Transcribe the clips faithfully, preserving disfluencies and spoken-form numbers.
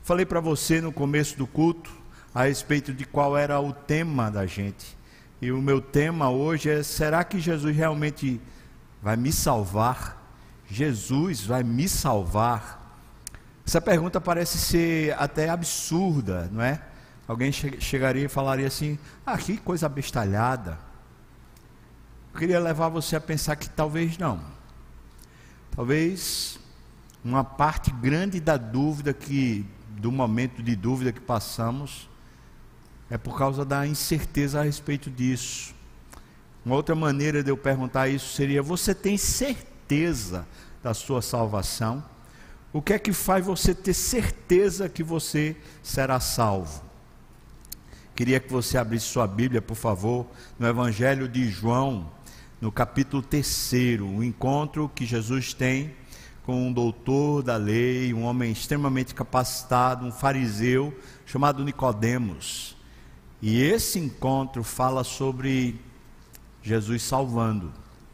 Falei para você no começo do culto a respeito de qual era o tema da gente. E o meu tema hoje é: será que Jesus realmente vai me salvar? Jesus vai me salvar? Essa pergunta parece ser até absurda, não é? Alguém che- chegaria e falaria assim: ah, que coisa abestalhada. Eu queria levar você a pensar que talvez não. Talvez uma parte grande da dúvida que, do momento de dúvida que passamos, é por causa da incerteza a respeito disso. Uma outra maneira de eu perguntar isso seria: você tem certeza da sua salvação? O que é que faz você ter certeza que você será salvo? Queria que você abrisse sua Bíblia, por favor, no Evangelho de João, no capítulo terceiro, o encontro que Jesus tem com um doutor da lei, um homem extremamente capacitado, um fariseu chamado Nicodemos. E esse encontro fala sobre Jesus salvando.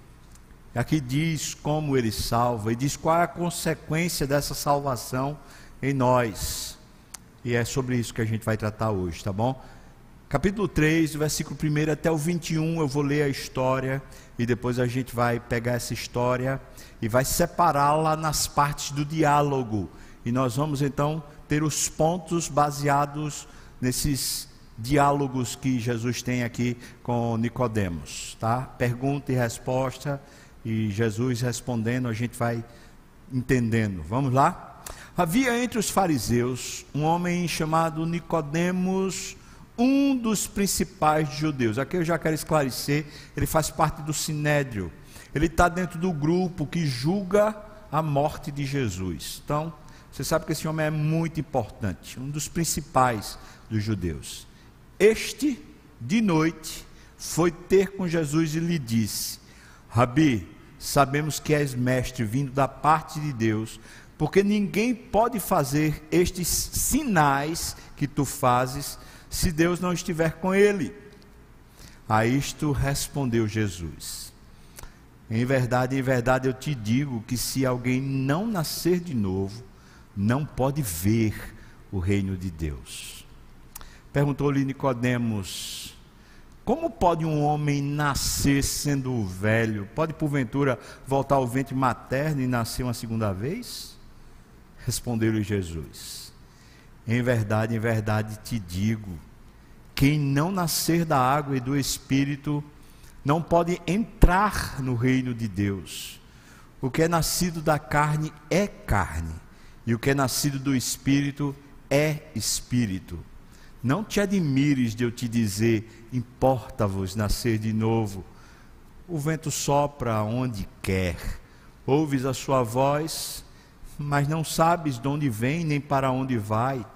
Aqui diz como ele salva e diz qual é a consequência dessa salvação em nós. E é sobre isso que a gente vai tratar hoje, tá bom? Capítulo três, versículo um até o vinte e um, eu vou ler a história e depois a gente vai pegar essa história e vai separá-la nas partes do diálogo. E nós vamos então ter os pontos baseados nesses diálogos que Jesus tem aqui com Nicodemos, tá? Pergunta e resposta, e Jesus respondendo, a gente vai entendendo. Vamos lá? Havia entre os fariseus um homem chamado Nicodemos, um dos principais judeus. Aqui eu já quero esclarecer, ele faz parte do Sinédrio. Ele está dentro do grupo que julga a morte de Jesus. Então, você sabe que esse homem é muito importante, um dos principais dos judeus. Este, de noite, foi ter com Jesus e lhe disse: Rabi, sabemos que és mestre vindo da parte de Deus, porque ninguém pode fazer estes sinais que tu fazes se Deus não estiver com ele. A isto respondeu Jesus: em verdade, em verdade eu te digo que se alguém não nascer de novo, não pode ver o reino de Deus. Perguntou-lhe Nicodemos: como pode um homem nascer sendo velho? Pode porventura voltar ao ventre materno e nascer uma segunda vez? Respondeu-lhe Jesus: em verdade, em verdade te digo, quem não nascer da água e do Espírito não pode entrar no reino de Deus. O que é nascido da carne é carne, e o que é nascido do Espírito é Espírito. Não te admires de eu te dizer: importa-vos nascer de novo. O vento sopra onde quer, ouves a sua voz, mas não sabes de onde vem nem para onde vai.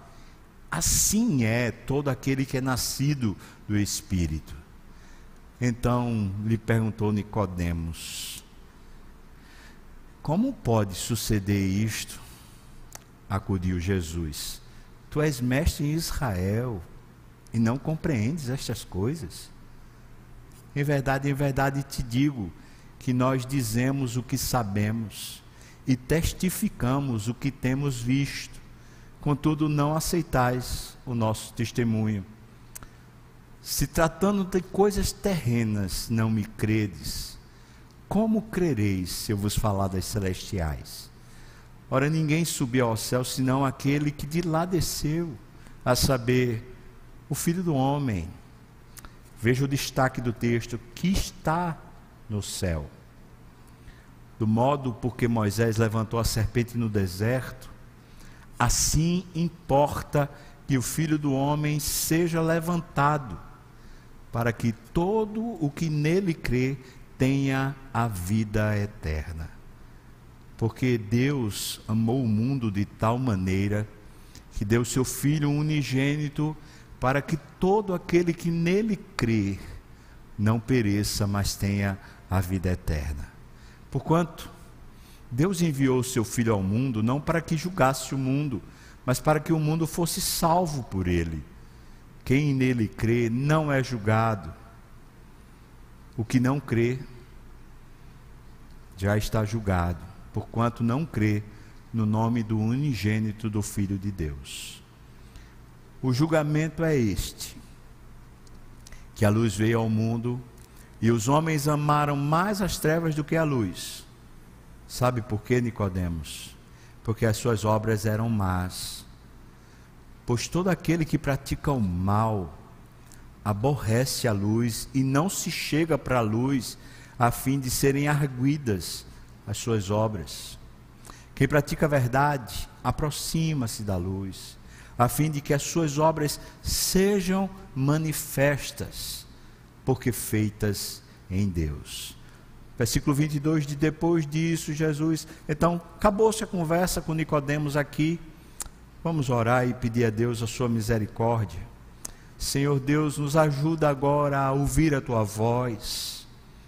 Assim é todo aquele que é nascido do Espírito. Então lhe perguntou Nicodemos: como pode suceder isto? Acudiu Jesus: tu és mestre em Israel e não compreendes estas coisas? Em verdade, em verdade te digo que nós dizemos o que sabemos e testificamos o que temos visto, contudo não aceitais o nosso testemunho. Se tratando de coisas terrenas não me credes, como crereis se eu vos falar das celestiais? Ora, ninguém subiu ao céu senão aquele que de lá desceu, a saber, o Filho do Homem. Veja o destaque do texto: que está no céu. Do modo porque Moisés levantou a serpente no deserto, assim importa que o Filho do Homem seja levantado, para que todo o que nele crê tenha a vida eterna. Porque Deus amou o mundo de tal maneira que deu seu Filho unigênito, para que todo aquele que nele crê não pereça, mas tenha a vida eterna. Porquanto Deus enviou o seu Filho ao mundo, não para que julgasse o mundo, mas para que o mundo fosse salvo por ele. Quem nele crê não é julgado. O que não crê já está julgado, porquanto não crê no nome do unigênito do Filho de Deus. O julgamento é este: que a luz veio ao mundo e os homens amaram mais as trevas do que a luz. Sabe por quê, Nicodemos? Porque as suas obras eram más. Pois todo aquele que pratica o mal aborrece a luz e não se chega para a luz a fim de serem arguidas as suas obras. Quem pratica a verdade aproxima-se da luz, a fim de que as suas obras sejam manifestas, porque feitas em Deus. Versículo vinte e dois, de depois disso, Jesus, então, acabou-se a conversa com Nicodemos aqui. Vamos orar e pedir a Deus a sua misericórdia. Senhor Deus, nos ajuda agora a ouvir a tua voz.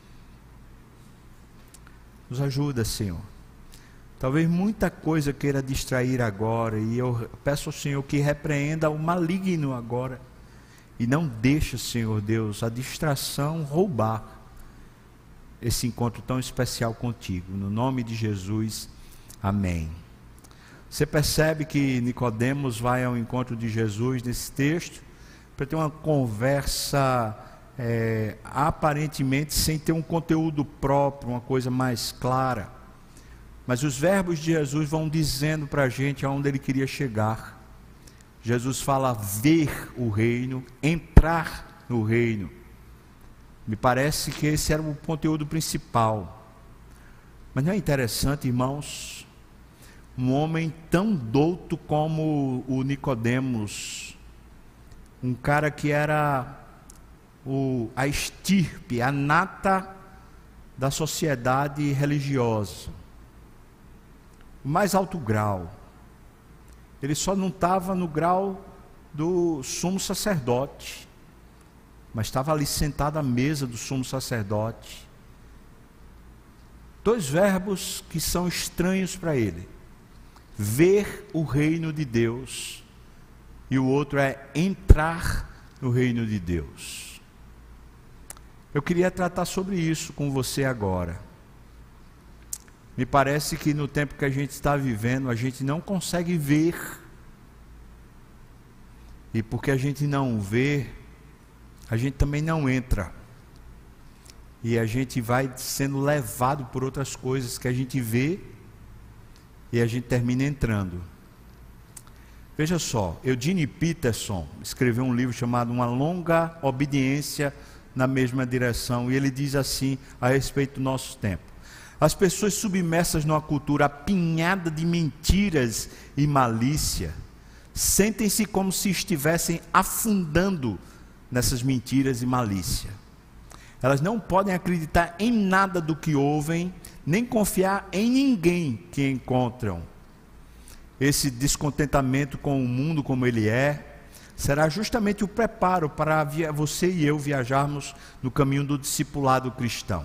Nos ajuda, Senhor. Talvez muita coisa queira distrair agora, e eu peço ao Senhor que repreenda o maligno agora, e não deixe, Senhor Deus, a distração roubar esse encontro tão especial contigo. No nome de Jesus, amém. Você percebe que Nicodemos vai ao encontro de Jesus nesse texto para ter uma conversa é, aparentemente sem ter um conteúdo próprio, uma coisa mais clara. Mas os verbos de Jesus vão dizendo para a gente aonde ele queria chegar. Jesus fala ver o reino, entrar no reino. Me parece que esse era o conteúdo principal. Mas não é interessante, irmãos? Um homem tão douto como o Nicodemos, um cara que era o, a estirpe, a nata da sociedade religiosa, o mais alto grau. Ele só não estava no grau do sumo sacerdote, mas estava ali sentado à mesa do sumo sacerdote. Dois verbos que são estranhos para ele: ver o reino de Deus, e o outro é entrar no reino de Deus. Eu queria tratar sobre isso com você agora. Me parece que no tempo que a gente está vivendo, a gente não consegue ver, e porque a gente não vê, a gente também não entra, e a gente vai sendo levado por outras coisas que a gente vê, e a gente termina entrando. Veja só, Eugene Peterson escreveu um livro chamado Uma Longa Obediência na Mesma Direção, e ele diz assim a respeito do nosso tempo: as pessoas submersas numa cultura apinhada de mentiras e malícia sentem-se como se estivessem afundando nessas mentiras e malícia. Elas não podem acreditar em nada do que ouvem, nem confiar em ninguém que encontram. Esse descontentamento com o mundo como ele é, será justamente o preparo para você e eu viajarmos no caminho do discipulado cristão.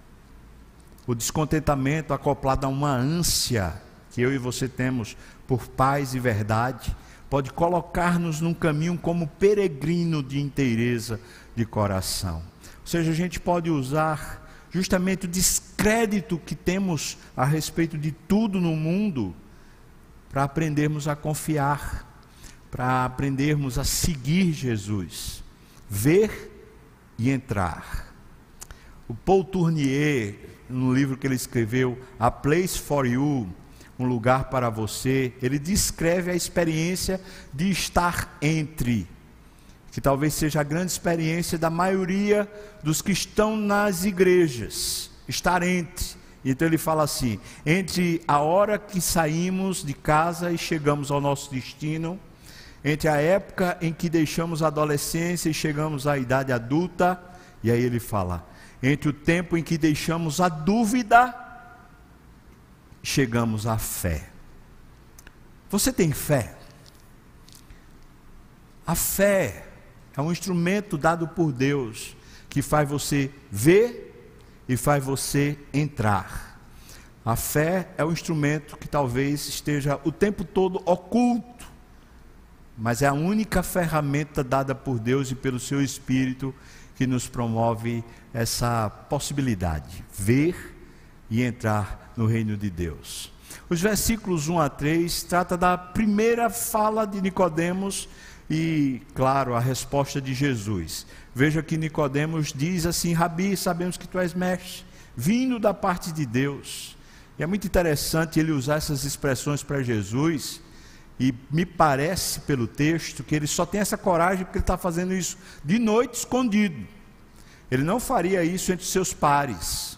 O descontentamento acoplado a uma ânsia que eu e você temos por paz e verdade, pode colocar-nos num caminho como peregrino de inteireza de coração. Ou seja, a gente pode usar justamente o descrédito que temos a respeito de tudo no mundo para aprendermos a confiar, para aprendermos a seguir Jesus, ver e entrar. O Paul Tournier, no livro que ele escreveu, A Place for You, um lugar para você, ele descreve a experiência de estar entre, que talvez seja a grande experiência da maioria dos que estão nas igrejas, estar entre. Então ele fala assim: entre a hora que saímos de casa e chegamos ao nosso destino, entre a época em que deixamos a adolescência e chegamos à idade adulta, e aí ele fala, entre o tempo em que deixamos a dúvida, chegamos à fé. Você tem fé? A fé é um instrumento dado por Deus que faz você ver e faz você entrar. A fé é um instrumento que talvez esteja o tempo todo oculto, mas é a única ferramenta dada por Deus e pelo seu Espírito que nos promove essa possibilidade, ver e entrar no reino de Deus. Os versículos um a três trata da primeira fala de Nicodemos e, claro, a resposta de Jesus. Veja que Nicodemos diz assim: Rabi, sabemos que tu és mestre, vindo da parte de Deus. E é muito interessante ele usar essas expressões para Jesus, e me parece pelo texto que ele só tem essa coragem porque ele está fazendo isso de noite, escondido. Ele não faria isso entre seus pares.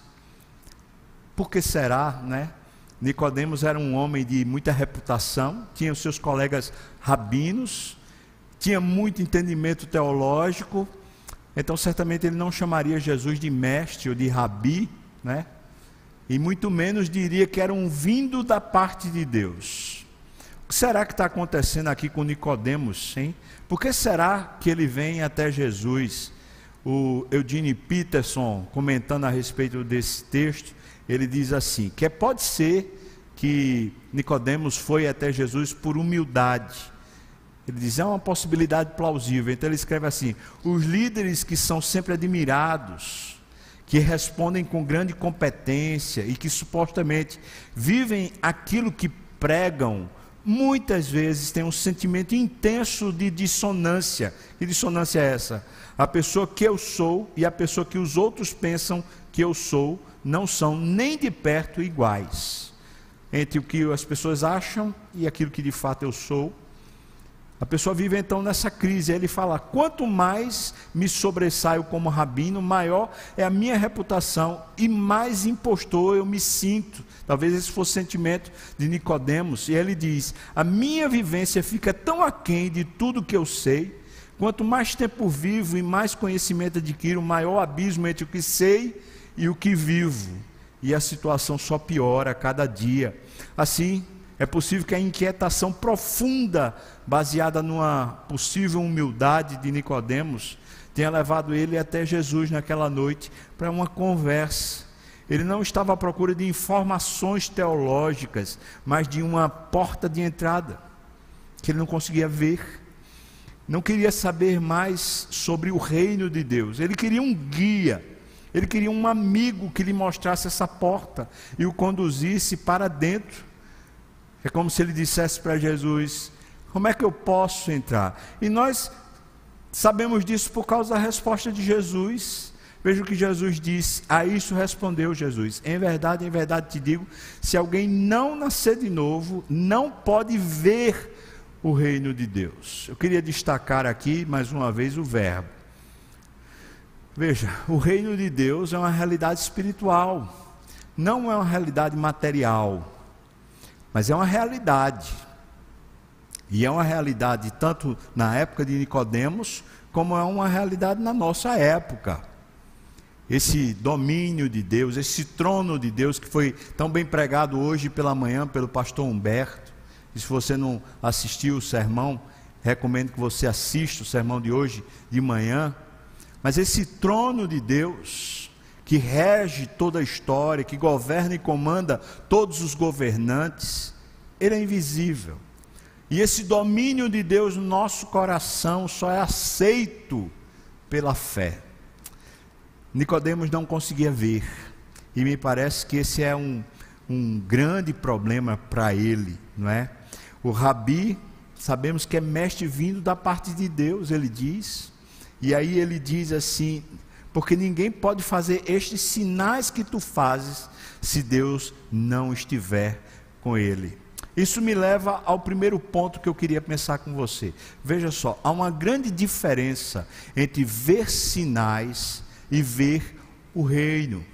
Por que será, né? Nicodemos era um homem de muita reputação, tinha os seus colegas rabinos, tinha muito entendimento teológico, então certamente ele não chamaria Jesus de mestre ou de rabi, né? E muito menos diria que era um vindo da parte de Deus. O que será que está acontecendo aqui com Nicodemos, hein? Por que será que ele vem até Jesus? O Eugene Peterson, comentando a respeito desse texto, ele diz assim, que pode ser que Nicodemos foi até Jesus por humildade. Ele diz, é uma possibilidade plausível. Então ele escreve assim: os líderes que são sempre admirados, que respondem com grande competência e que supostamente vivem aquilo que pregam, muitas vezes têm um sentimento intenso de dissonância. Que dissonância é essa? A pessoa que eu sou e a pessoa que os outros pensam que eu sou não são nem de perto iguais. Entre o que as pessoas acham e aquilo que de fato eu sou. A pessoa vive então nessa crise. Ele fala: quanto mais me sobressaio como rabino, maior é a minha reputação e mais impostor eu me sinto. Talvez esse fosse o sentimento de Nicodemos. E ele diz: a minha vivência fica tão aquém de tudo que eu sei. Quanto mais tempo vivo e mais conhecimento adquiro, maior abismo entre o que sei e o que vivo. E a situação só piora a cada dia. Assim, é possível que a inquietação profunda, baseada numa possível humildade de Nicodemos, tenha levado ele até Jesus naquela noite para uma conversa. Ele não estava à procura de informações teológicas, mas de uma porta de entrada, que ele não conseguia ver. Não queria saber mais sobre o reino de Deus. Ele queria um guia. Ele queria um amigo que lhe mostrasse essa porta e o conduzisse para dentro. É como se ele dissesse para Jesus: como é que eu posso entrar? E nós sabemos disso por causa da resposta de Jesus. Veja o que Jesus disse. A isso respondeu Jesus: em verdade, em verdade te digo, se alguém não nascer de novo, não pode ver o reino de Deus. Eu queria destacar aqui mais uma vez o verbo. Veja, o reino de Deus é uma realidade espiritual, não é uma realidade material, mas é uma realidade. E é uma realidade tanto na época de Nicodemos, como é uma realidade na nossa época. Esse domínio de Deus, esse trono de Deus que foi tão bem pregado hoje pela manhã pelo pastor Humberto. E se você não assistiu o sermão, recomendo que você assista o sermão de hoje de manhã. Mas esse trono de Deus, que rege toda a história, que governa e comanda todos os governantes, ele é invisível. E esse domínio de Deus no nosso coração só é aceito pela fé. Nicodemos não conseguia ver, e me parece que esse é um, um grande problema para ele, não é? O Rabi, sabemos que é mestre vindo da parte de Deus, ele diz. E aí ele diz assim: porque ninguém pode fazer estes sinais que tu fazes, se Deus não estiver com ele. Isso me leva ao primeiro ponto que eu queria pensar com você. Veja só, há uma grande diferença entre ver sinais e ver o reino.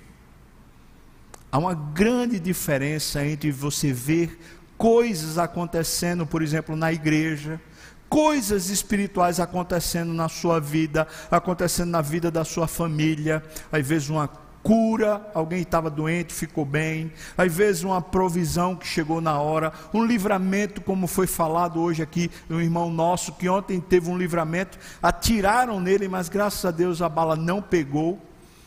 Há uma grande diferença entre você ver coisas acontecendo, por exemplo, na igreja, coisas espirituais acontecendo na sua vida, acontecendo na vida da sua família, às vezes uma cura, alguém estava doente, ficou bem, às vezes uma provisão que chegou na hora, um livramento, como foi falado hoje aqui, um irmão nosso que ontem teve um livramento, atiraram nele, mas graças a Deus a bala não pegou.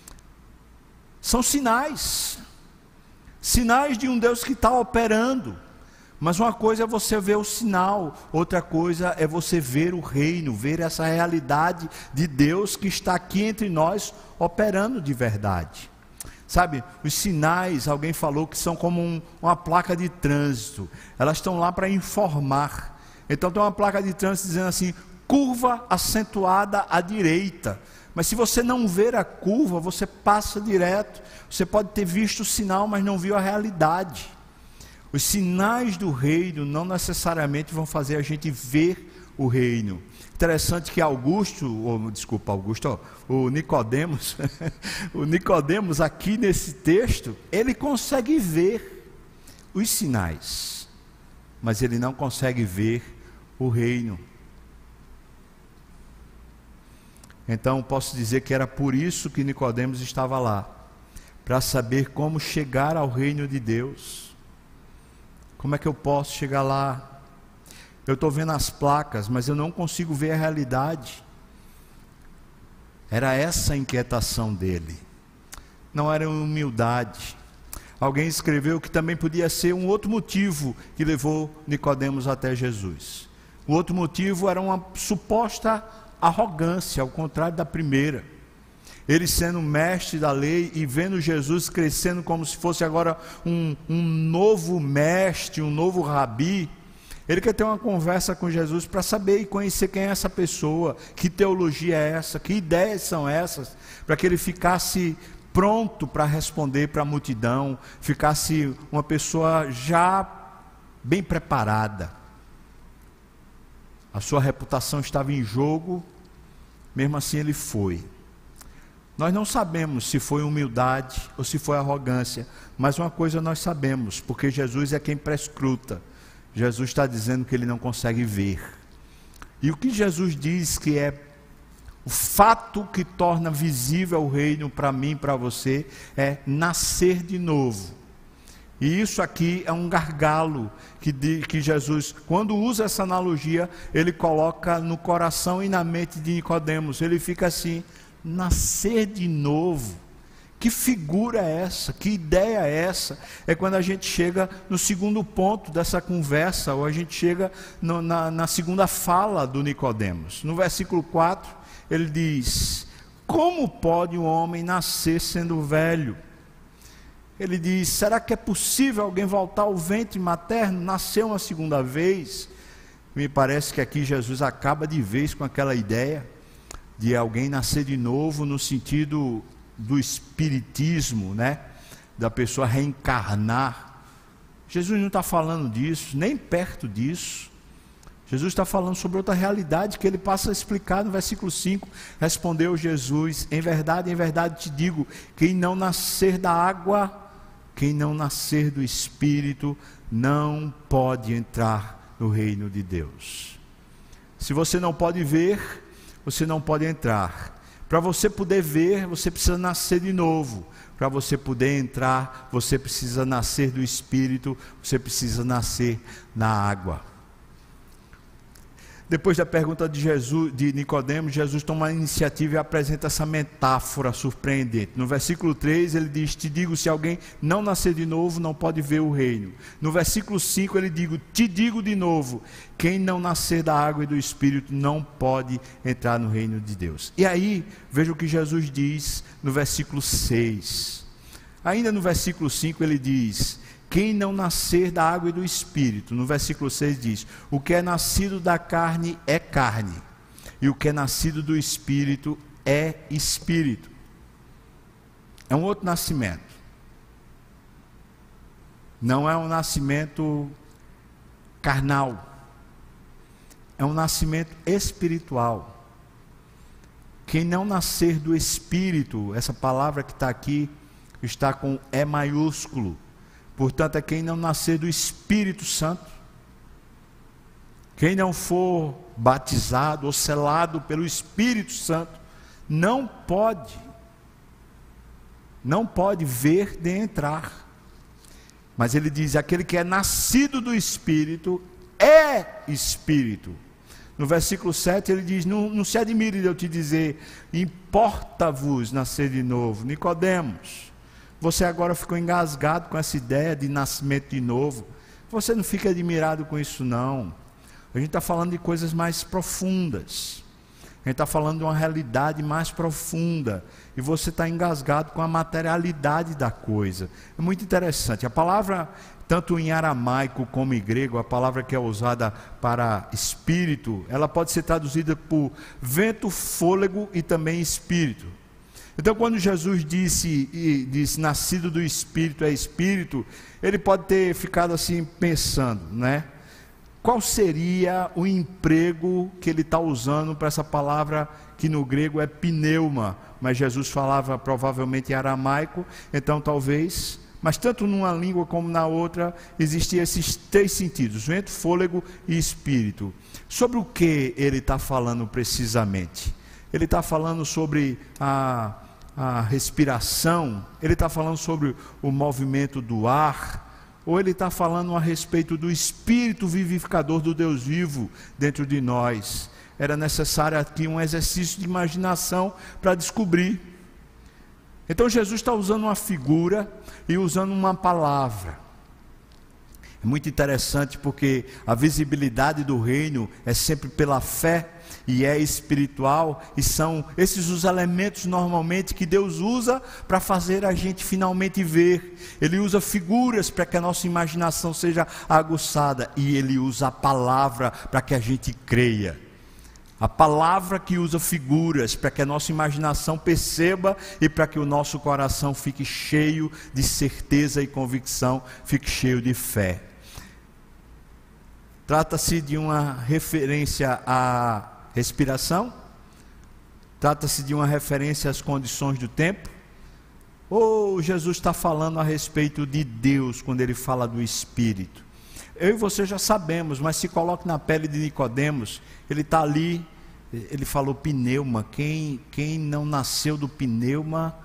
São sinais, sinais de um Deus que está operando. Mas uma coisa é você ver o sinal, outra coisa é você ver o reino, ver essa realidade de Deus que está aqui entre nós, operando de verdade. Sabe, os sinais, alguém falou que são como um, uma placa de trânsito. Elas estão lá para informar. Então tem uma placa de trânsito dizendo assim, curva acentuada à direita. Mas se você não ver a curva, você passa direto. Você pode ter visto o sinal, mas não viu a realidade. Os sinais do reino não necessariamente vão fazer a gente ver o reino. Interessante que Augusto, ou, desculpa, Augusto, ó, o Nicodemos, o Nicodemos aqui nesse texto, ele consegue ver os sinais, mas ele não consegue ver o reino. Então posso dizer que era por isso que Nicodemos estava lá, para saber como chegar ao reino de Deus. Como é que eu posso chegar lá? Eu estou vendo as placas, mas eu não consigo ver a realidade. Era essa a inquietação dele. Não era humildade. Alguém escreveu que também podia ser um outro motivo que levou Nicodemos até Jesus. O outro motivo era uma suposta arrogância, ao contrário da primeira. Ele sendo mestre da lei e vendo Jesus crescendo como se fosse agora um, um novo mestre, um novo rabi. Ele quer ter uma conversa com Jesus para saber e conhecer quem é essa pessoa, que teologia é essa, que ideias são essas, para que ele ficasse pronto para responder para a multidão, ficasse uma pessoa já bem preparada. A sua reputação estava em jogo, mesmo assim ele foi. Nós não sabemos se foi humildade ou se foi arrogância, mas uma coisa nós sabemos, porque Jesus é quem prescruta. Jesus está dizendo que ele não consegue ver. E o que Jesus diz que é o fato que torna visível o reino para mim e para você é nascer de novo. E isso aqui é um gargalo que, de, que Jesus, quando usa essa analogia, ele coloca no coração e na mente de Nicodemos. Ele fica assim, nascer de novo. Que figura é essa? Que ideia é essa? É quando a gente chega no segundo ponto dessa conversa, ou a gente chega no, na, na segunda fala do Nicodemos. No versículo quatro, ele diz, como pode um homem nascer sendo velho? Ele diz, será que é possível alguém voltar ao ventre materno, nascer uma segunda vez? Me parece que aqui Jesus acaba de vez com aquela ideia de alguém nascer de novo no sentido do espiritismo, né? Da pessoa reencarnar. Jesus não está falando disso, nem perto disso. Jesus está falando sobre outra realidade que ele passa a explicar no versículo cinco. Respondeu Jesus, em verdade, em verdade te digo, quem não nascer da água, quem não nascer do Espírito, não pode entrar no reino de Deus. Se você não pode ver, você não pode entrar. Para você poder ver, você precisa nascer de novo. Para você poder entrar, você precisa nascer do Espírito, você precisa nascer na água. Depois da pergunta de Jesus, de Nicodemos, Jesus toma a iniciativa e apresenta essa metáfora surpreendente. No versículo três ele diz, te digo, se alguém não nascer de novo, não pode ver o reino. No versículo cinco ele diz, te digo de novo, quem não nascer da água e do Espírito não pode entrar no reino de Deus. E aí, veja o que Jesus diz no versículo seis. Ainda no versículo cinco ele diz, quem não nascer da água e do Espírito, no versículo seis diz, o que é nascido da carne é carne, e o que é nascido do Espírito é Espírito. É um outro nascimento. Não é um nascimento carnal, é um nascimento espiritual. Quem não nascer do Espírito, essa palavra que está aqui, está com E maiúsculo, portanto é quem não nascer do Espírito Santo, quem não for batizado ou selado pelo Espírito Santo, não pode, não pode ver nem entrar. Mas ele diz, aquele que é nascido do Espírito, é Espírito. No versículo sete ele diz, não, não se admire de eu te dizer, importa-vos nascer de novo. Nicodemos, você agora ficou engasgado com essa ideia de nascimento de novo. Você não fica admirado com isso não. A gente está falando de coisas mais profundas. A gente está falando de uma realidade mais profunda. E você está engasgado com a materialidade da coisa. É muito interessante. A palavra, tanto em aramaico como em grego, a palavra que é usada para espírito, ela pode ser traduzida por vento, fôlego e também espírito. Então, quando Jesus disse, e disse nascido do Espírito é Espírito, ele pode ter ficado assim pensando, né? Qual seria o emprego que ele está usando para essa palavra que no grego é pneuma, mas Jesus falava provavelmente em aramaico, então talvez, mas tanto numa língua como na outra, existiam esses três sentidos, vento, fôlego e espírito. Sobre o que ele está falando precisamente? Ele está falando sobre a... a respiração, ele está falando sobre o movimento do ar, ou ele está falando a respeito do Espírito vivificador do Deus vivo dentro de nós? Era necessário aqui um exercício de imaginação para descobrir. Então Jesus está usando uma figura e usando uma palavra. É muito interessante porque a visibilidade do reino é sempre pela fé e é espiritual, e são esses os elementos normalmente que Deus usa para fazer a gente finalmente ver. Ele usa figuras para que a nossa imaginação seja aguçada, e Ele usa a palavra para que a gente creia. A palavra que usa figuras para que a nossa imaginação perceba e para que o nosso coração fique cheio de certeza e convicção, fique cheio de fé. Trata-se de uma referência à respiração? Trata-se de uma referência às condições do tempo? Ou Jesus está falando a respeito de Deus quando ele fala do Espírito? Eu e você já sabemos, mas se coloque na pele de Nicodemos, ele está ali, ele falou pneuma, quem, quem não nasceu do pneuma,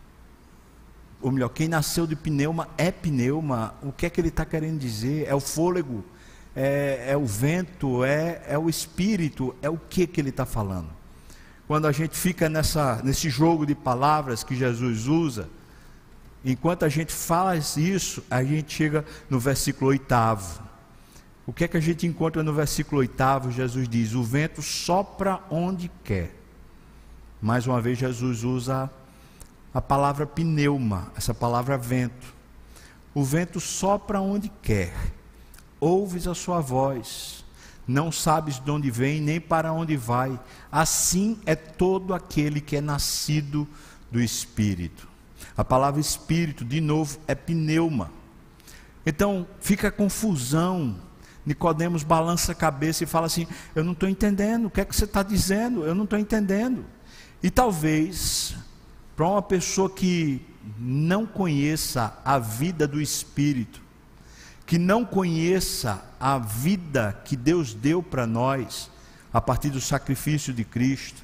ou melhor, quem nasceu de pneuma é pneuma. O que é que ele está querendo dizer? É o fôlego? É, é o vento, é, é o Espírito, é o que que ele está falando? Quando a gente fica nessa, nesse jogo de palavras que Jesus usa, enquanto a gente faz isso, a gente chega no versículo oitavo. O que é que a gente encontra no versículo oitavo? Jesus diz, o vento sopra onde quer. Mais uma vez Jesus usa a palavra pneuma, essa palavra vento. O vento sopra onde quer. Ouves a sua voz, não sabes de onde vem, nem para onde vai. Assim é todo aquele que é nascido do Espírito. A palavra Espírito, de novo, é pneuma. Então, fica confusão. Nicodemos balança a cabeça e fala assim, eu não estou entendendo, o que é que você está dizendo? Eu não estou entendendo. E talvez, para uma pessoa que não conheça a vida do Espírito, que não conheça a vida que Deus deu para nós, a partir do sacrifício de Cristo,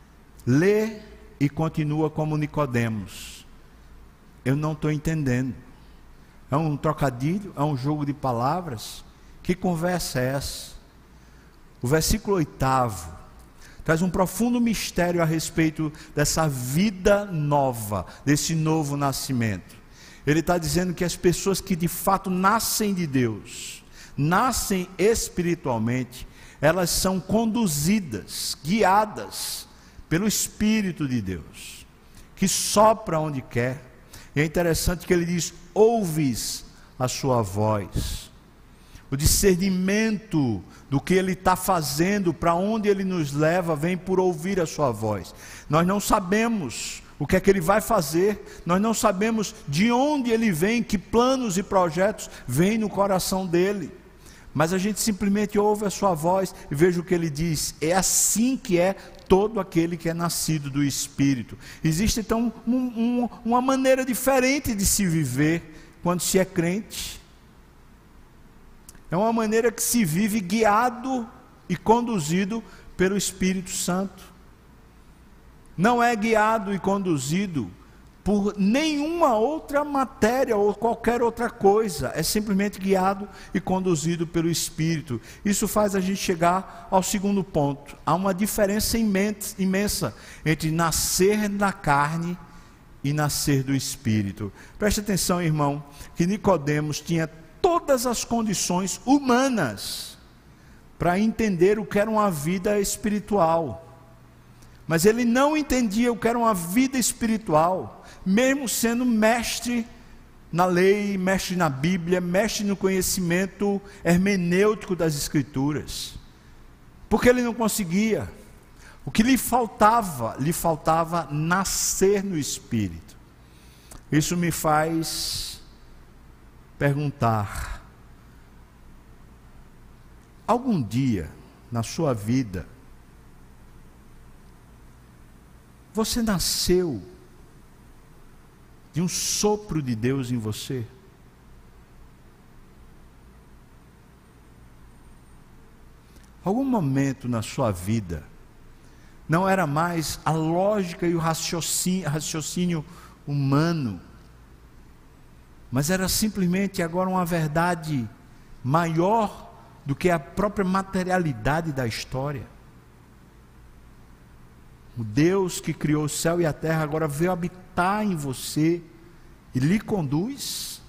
lê e continua como Nicodemos. Eu não estou entendendo. É um trocadilho? É um jogo de palavras? Que conversa é essa? O versículo oitavo traz um profundo mistério a respeito dessa vida nova, desse novo nascimento. Ele está dizendo que as pessoas que de fato nascem de Deus, nascem espiritualmente, elas são conduzidas, guiadas pelo Espírito de Deus, que sopra onde quer. E é interessante que ele diz, ouves a sua voz. O discernimento do que ele está fazendo, para onde ele nos leva, vem por ouvir a sua voz. Nós não sabemos o que é que ele vai fazer, nós não sabemos de onde ele vem, que planos e projetos vêm no coração dele, mas a gente simplesmente ouve a sua voz e veja o que ele diz. É assim que é todo aquele que é nascido do Espírito. Existe então um, um, uma maneira diferente de se viver quando se é crente. É uma maneira que se vive guiado e conduzido pelo Espírito Santo. Não é guiado e conduzido por nenhuma outra matéria ou qualquer outra coisa. É simplesmente guiado e conduzido pelo Espírito. Isso faz a gente chegar ao segundo ponto. Há uma diferença imensa entre nascer da carne e nascer do Espírito. Preste atenção, irmão, que Nicodemos tinha todas as condições humanas para entender o que era uma vida espiritual. mas ele não entendia o que era uma vida espiritual, mesmo sendo mestre na lei, mestre na Bíblia, mestre no conhecimento hermenêutico das Escrituras, porque ele não conseguia. O que lhe faltava, lhe faltava nascer no Espírito. Isso me faz perguntar: algum dia na sua vida você nasceu de um sopro de Deus em você? Algum momento na sua vida não era mais a lógica e o raciocínio, raciocínio humano, mas era simplesmente agora uma verdade maior do que a própria materialidade da história? O Deus que criou o céu e a terra agora veio habitar em você e lhe conduz?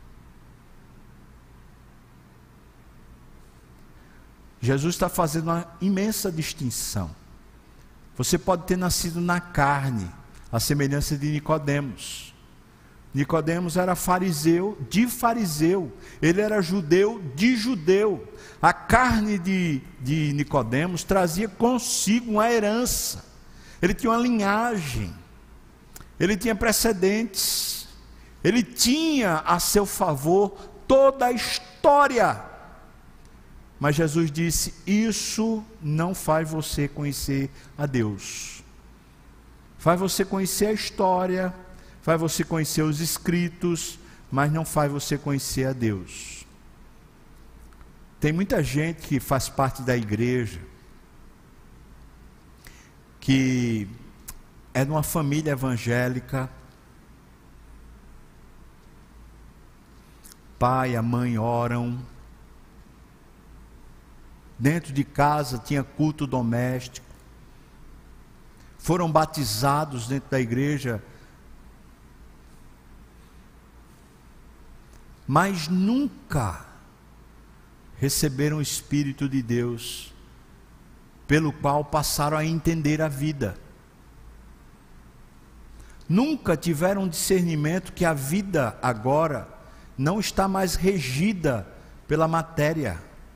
Jesus está fazendo uma imensa distinção. Você pode ter nascido na carne, à semelhança de Nicodemos. Nicodemos era fariseu de fariseu, ele era judeu de judeu. A carne de, de Nicodemos trazia consigo uma herança, ele tinha uma linhagem, ele tinha precedentes, ele tinha a seu favor toda a história. Mas Jesus disse: isso não faz você conhecer a Deus, faz você conhecer a história, faz você conhecer os escritos, mas não faz você conhecer a Deus. Tem muita gente que faz parte da igreja, que é de uma família evangélica, pai e a mãe oram, dentro de casa tinha culto doméstico, foram batizados dentro da igreja, mas nunca receberam o Espírito de Deus, pelo qual passaram a entender a vida. Nunca tiveram discernimento que a vida agora não está mais regida pela matéria,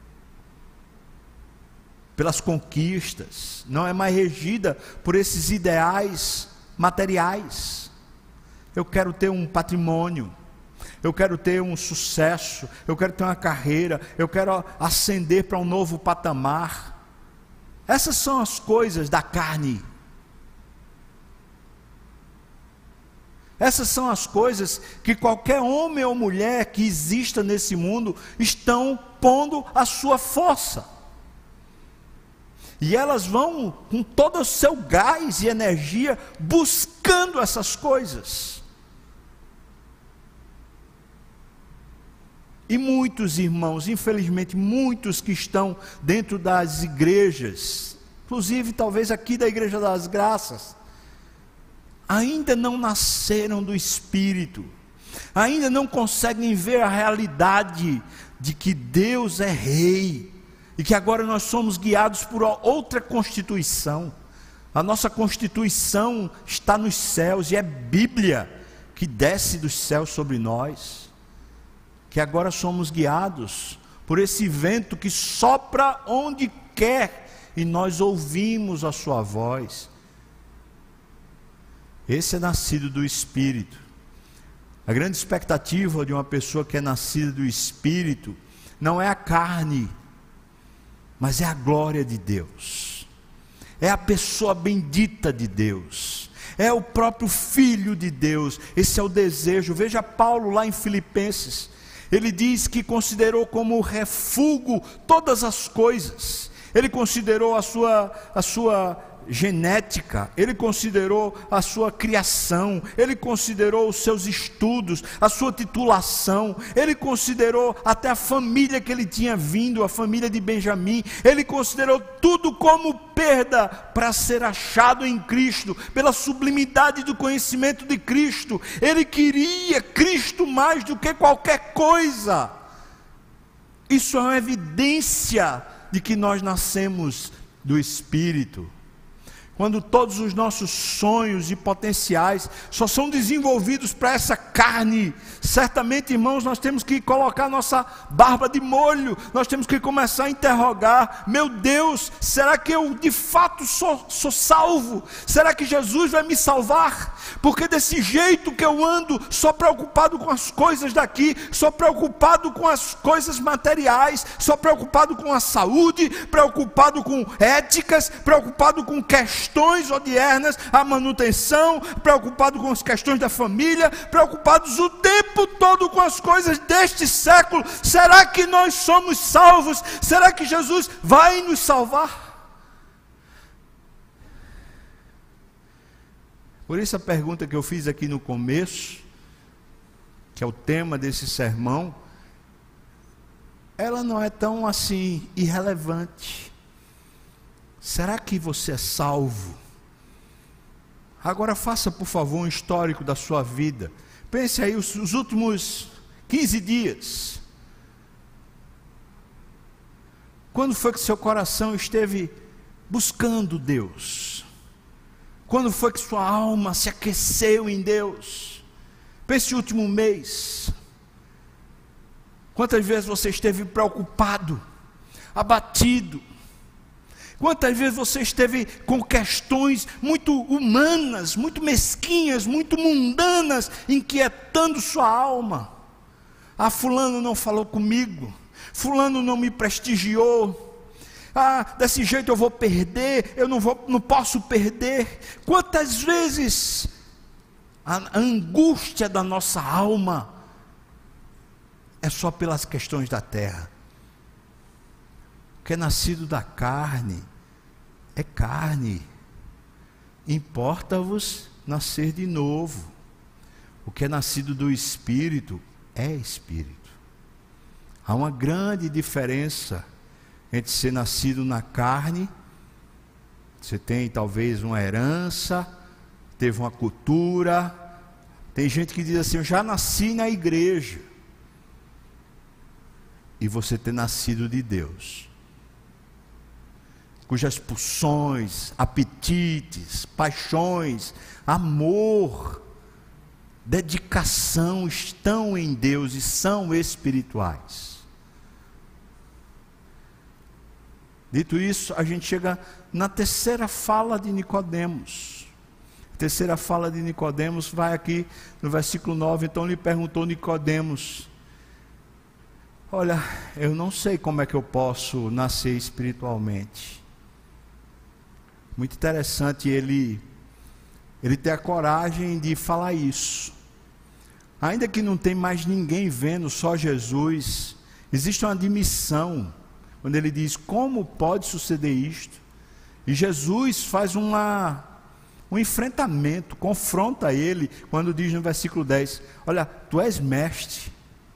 pelas conquistas, não é mais regida por esses ideais materiais. Eu quero ter um patrimônio, eu quero ter um sucesso, eu quero ter uma carreira, eu quero ascender para um novo patamar. Essas são as coisas da carne. Essas são as coisas que qualquer homem ou mulher que exista nesse mundo estão pondo a sua força. E elas vão com todo o seu gás e energia buscando essas coisas. E muitos irmãos, infelizmente muitos que estão dentro das igrejas, inclusive talvez aqui da Igreja das Graças, ainda não nasceram do Espírito, ainda não conseguem ver a realidade de que Deus é Rei, e que agora nós somos guiados por outra Constituição. A nossa Constituição está nos céus, e é Bíblia que desce dos céus sobre nós, que agora somos guiados por esse vento que sopra onde quer, e nós ouvimos a sua voz. Esse é nascido do Espírito. A grande expectativa de uma pessoa que é nascida do Espírito não é a carne, mas é a glória de Deus, é a pessoa bendita de Deus, é o próprio Filho de Deus. Esse é o desejo. Veja Paulo lá em Filipenses, ele diz que considerou como refúgio todas as coisas, ele considerou a sua, a sua genética, ele considerou a sua criação, ele considerou os seus estudos, a sua titulação, ele considerou até a família que ele tinha vindo, a família de Benjamim, ele considerou tudo como perda para ser achado em Cristo, pela sublimidade do conhecimento de Cristo. Ele queria Cristo mais do que qualquer coisa. Isso é uma evidência de que nós nascemos do Espírito. quando todos os nossos sonhos e potenciais só são desenvolvidos para essa carne, certamente, irmãos, nós temos que colocar nossa barba de molho, nós temos que começar a interrogar: meu Deus, será que eu de fato sou, sou salvo? Será que Jesus vai me salvar? Porque desse jeito que eu ando, só preocupado com as coisas daqui, só preocupado com as coisas materiais, só preocupado com a saúde, preocupado com éticas, preocupado com questões questões odiernas, a manutenção, preocupado com as questões da família, preocupados o tempo todo com as coisas deste século. Será que nós somos salvos? Será que Jesus vai nos salvar? Por isso a pergunta que eu fiz aqui no começo, que é o tema desse sermão, ela não é tão assim irrelevante. Será que você é salvo? Agora faça, por favor, um histórico da sua vida. Pense aí os, os últimos quinze dias. Quando foi que seu coração esteve buscando Deus? Quando foi que sua alma se aqueceu em Deus? Pense o último mês. Quantas vezes você esteve preocupado, abatido? Quantas vezes você esteve com questões muito humanas, muito mesquinhas, muito mundanas, inquietando sua alma? Ah, fulano não falou comigo, fulano não me prestigiou, ah, desse jeito eu vou perder, eu não, vou, não posso perder. Quantas vezes a angústia da nossa alma é só pelas questões da terra? O que é nascido da carne é carne. Importa-vos nascer de novo. O que é nascido do Espírito é Espírito. Há uma grande diferença entre ser nascido na carne. Você tem talvez uma herança, teve uma cultura. Tem gente que diz assim: eu já nasci na igreja. E você ter nascido de Deus, cujas pulsões, apetites, paixões, amor, dedicação estão em Deus e são espirituais. Dito isso, a gente chega na terceira fala de Nicodemos. A terceira fala de Nicodemos vai aqui no versículo nove. Então lhe perguntou Nicodemos: olha, eu não sei como é que eu posso nascer espiritualmente. Muito interessante ele, ele ter a coragem de falar isso. Ainda que não tem mais ninguém vendo, só Jesus, existe uma admissão, quando ele diz: como pode suceder isto? E Jesus faz uma, um enfrentamento, confronta ele, quando diz no versículo dez: olha, tu és mestre,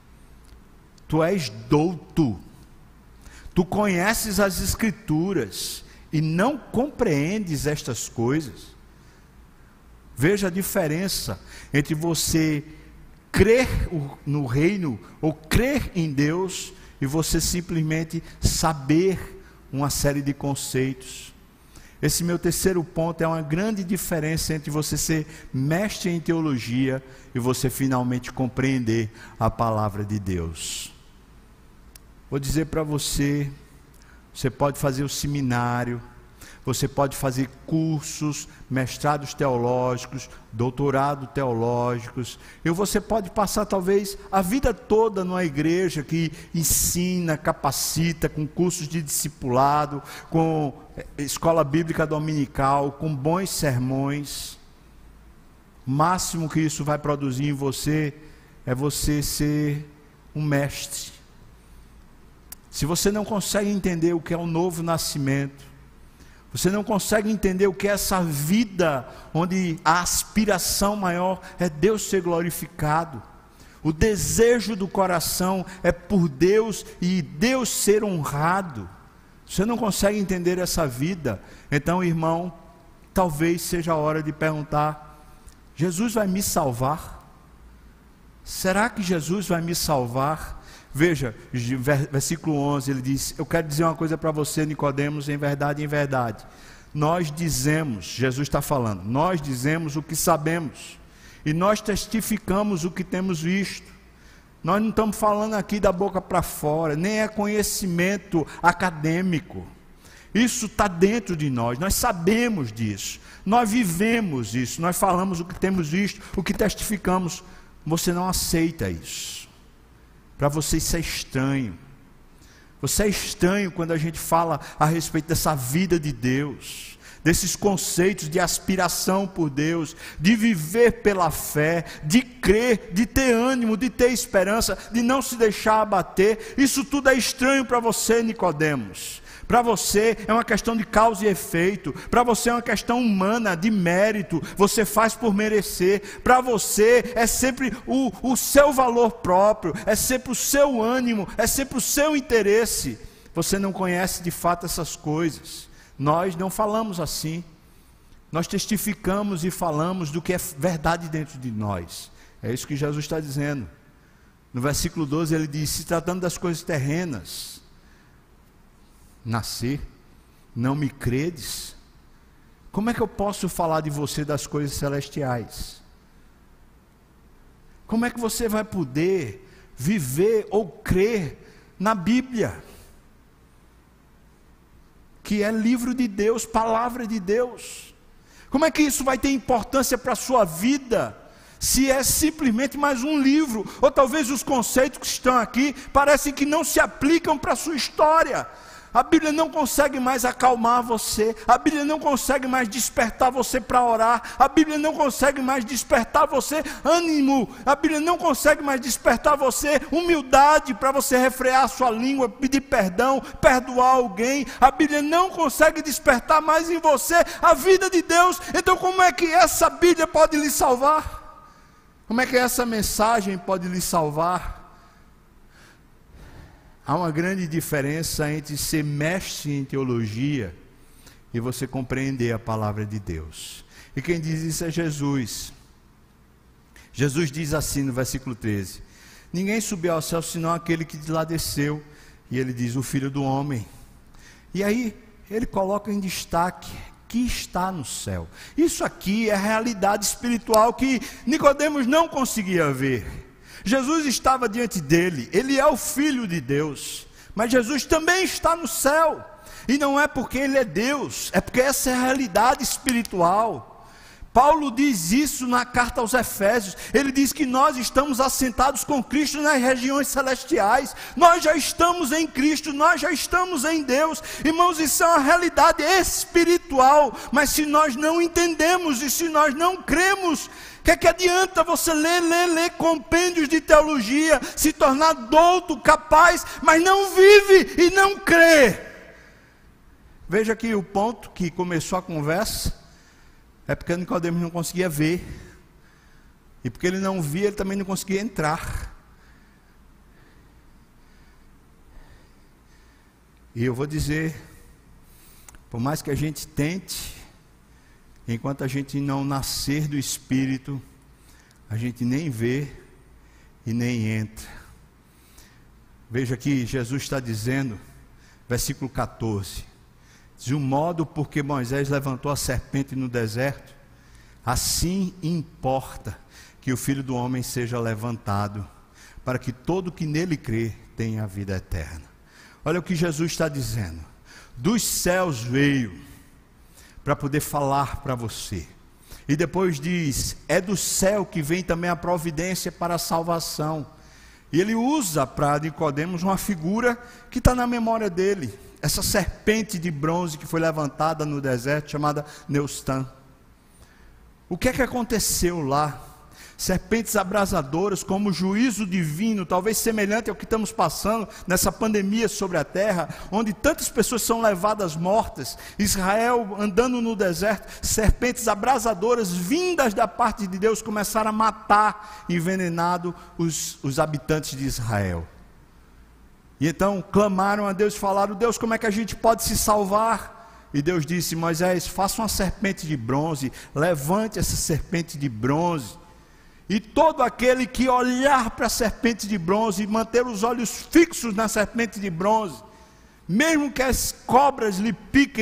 tu és douto, tu conheces as Escrituras e não compreendes estas coisas. Veja a diferença entre você crer no reino, ou crer em Deus, e você simplesmente saber uma série de conceitos. Esse meu terceiro ponto é uma grande diferença entre você ser mestre em teologia e você finalmente compreender a palavra de Deus. Vou dizer para você, você pode fazer o seminário, você pode fazer cursos, mestrados teológicos, doutorado teológicos, e você pode passar talvez a vida toda numa igreja que ensina, capacita, com cursos de discipulado, com escola bíblica dominical, com bons sermões. O máximo que isso vai produzir em você é você ser um mestre. Se você não consegue entender o que é o novo nascimento, você não consegue entender o que é essa vida onde a aspiração maior é Deus ser glorificado, o desejo do coração é por Deus e Deus ser honrado, você não consegue entender essa vida, então, irmão, talvez seja a hora de perguntar: Jesus vai me salvar? Será que Jesus vai me salvar? Veja, versículo onze, ele diz: eu quero dizer uma coisa para você, Nicodemos, em verdade, em verdade, Nós dizemos, Jesus está falando, nós dizemos o que sabemos, e nós testificamos o que temos visto. Nós não estamos falando aqui da boca para fora, nem é conhecimento acadêmico. Isso está dentro de nós, nós sabemos disso, nós vivemos isso, nós falamos o que temos visto, o que testificamos. Você não aceita isso. Para você isso é estranho. Você é estranho quando a gente fala a respeito dessa vida de Deus, desses conceitos de aspiração por Deus, de viver pela fé, de crer, de ter ânimo, de ter esperança, de não se deixar abater. Isso tudo é estranho para você, Nicodemos. Para você é uma questão de causa e efeito. Para você é uma questão humana, de mérito. Você faz por merecer. Para você é sempre o, o seu valor próprio. É sempre o seu ânimo. É sempre o seu interesse. Você não conhece de fato essas coisas. Nós não falamos assim. Nós testificamos e falamos do que é verdade dentro de nós. É isso que Jesus está dizendo. No versículo doze ele diz: se tratando das coisas terrenas, nascer, não me credes? Como é que eu posso falar de você das coisas celestiais? Como é que você vai poder viver ou crer na Bíblia, que é livro de Deus, palavra de Deus? Como é que isso vai ter importância para a sua vida, se é simplesmente mais um livro? Ou talvez os conceitos que estão aqui parecem que não se aplicam para a sua história. A Bíblia não consegue mais acalmar você, a Bíblia não consegue mais despertar você para orar, a Bíblia não consegue mais despertar você ânimo, a Bíblia não consegue mais despertar você humildade para você refrear a sua língua, pedir perdão, perdoar alguém. A Bíblia não consegue despertar mais em você a vida de Deus. Então como é que essa Bíblia pode lhe salvar? Como é que essa mensagem pode lhe salvar? Há uma grande diferença entre ser mestre em teologia e você compreender a palavra de Deus. E quem diz isso é Jesus. Jesus diz assim no versículo treze: ninguém subiu ao céu senão aquele que de lá desceu. E ele diz: o Filho do Homem. E aí ele coloca em destaque que está no céu. Isso aqui é a realidade espiritual que Nicodemos não conseguia ver. Jesus estava diante dele, ele é o Filho de Deus, mas Jesus também está no céu, e não é porque ele é Deus, é porque essa é a realidade espiritual. Paulo diz isso na carta aos Efésios. Ele diz que nós estamos assentados com Cristo nas regiões celestiais. Nós já estamos em Cristo, nós já estamos em Deus. Irmãos, isso é uma realidade espiritual, mas se nós não entendemos e se nós não cremos, o que é que adianta você ler, ler, ler compêndios de teologia, se tornar douto, capaz, mas não vive e não crê? Veja aqui o ponto que começou a conversa. É porque Nicodemos não conseguia ver, e porque ele não via, ele também não conseguia entrar. E eu vou dizer, por mais que a gente tente, enquanto a gente não nascer do Espírito, a gente nem vê e nem entra. Veja que Jesus está dizendo, versículo catorze: de um modo porque Moisés levantou a serpente no deserto, assim importa que o Filho do Homem seja levantado, para que todo que nele crê tenha a vida eterna. Olha o que Jesus está dizendo: dos céus veio para poder falar para você. E depois diz: é do céu que vem também a providência para a salvação. E ele usa para Nicodemos uma figura que está na memória dele. Essa serpente de bronze que foi levantada no deserto, chamada Neustã. O que é que aconteceu lá? Serpentes abrasadoras, como juízo divino, talvez semelhante ao que estamos passando nessa pandemia sobre a terra, onde tantas pessoas são levadas mortas. Israel andando no deserto, serpentes abrasadoras vindas da parte de Deus começaram a matar, envenenado os, os habitantes de Israel. E então clamaram a Deus, falaram: Deus, como é que a gente pode se salvar? E Deus disse: Moisés, faça uma serpente de bronze, levante essa serpente de bronze, e todo aquele que olhar para a serpente de bronze e manter os olhos fixos na serpente de bronze, mesmo que as cobras lhe piquem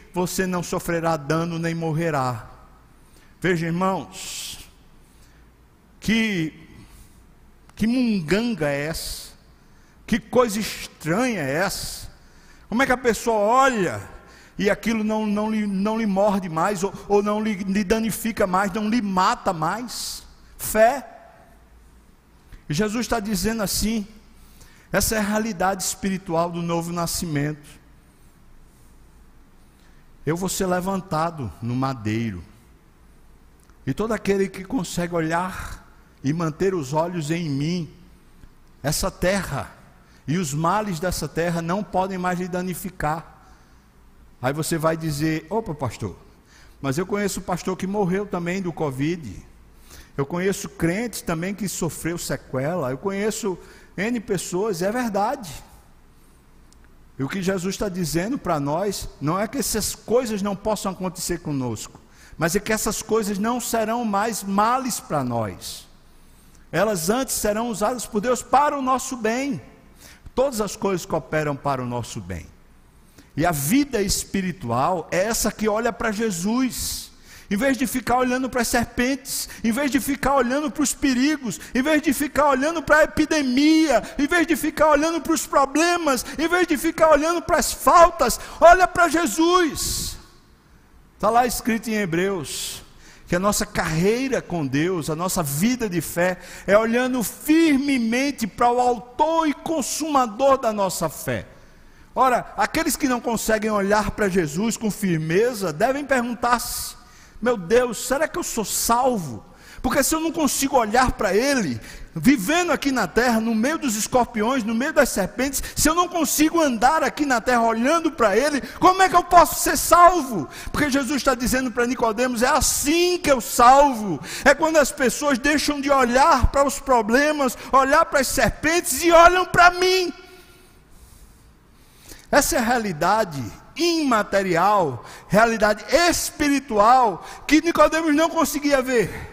você não sofrerá dano nem morrerá. Veja, irmãos, que, que munganga é essa? Que coisa estranha é essa? Como é que a pessoa olha e aquilo não, não, lhe, não lhe morde mais, ou, ou não lhe, lhe danifica mais, não lhe mata mais? Fé. E Jesus está dizendo assim, essa é a realidade espiritual do novo nascimento. Eu vou ser levantado no madeiro, e todo aquele que consegue olhar e manter os olhos em mim, essa terra e os males dessa terra não podem mais lhe danificar. Aí você vai dizer, opa pastor, mas eu conheço pastor que morreu também do Covid, eu conheço crentes também que sofreu sequela, eu conheço N pessoas, é verdade. E o que Jesus está dizendo para nós, não é que essas coisas não possam acontecer conosco, mas é que essas coisas não serão mais males para nós. Elas antes serão usadas por Deus para o nosso bem. Todas as coisas cooperam para o nosso bem. E a vida espiritual é essa que olha para Jesus. Em vez de ficar olhando para as serpentes, em vez de ficar olhando para os perigos, em vez de ficar olhando para a epidemia, em vez de ficar olhando para os problemas, em vez de ficar olhando para as faltas, olha para Jesus. Está lá escrito em Hebreus, que a nossa carreira com Deus, a nossa vida de fé, é olhando firmemente para o autor e consumador da nossa fé. Ora, aqueles que não conseguem olhar para Jesus com firmeza, devem perguntar-se, meu Deus, será que eu sou salvo? Porque se eu não consigo olhar para Ele, vivendo aqui na terra, no meio dos escorpiões, no meio das serpentes, se eu não consigo andar aqui na terra olhando para Ele, como é que eu posso ser salvo? Porque Jesus está dizendo para Nicodemos, é assim que eu salvo, é quando as pessoas deixam de olhar para os problemas, olhar para as serpentes e olham para mim. Essa é a realidade imaterial, realidade espiritual, que Nicodemos não conseguia ver.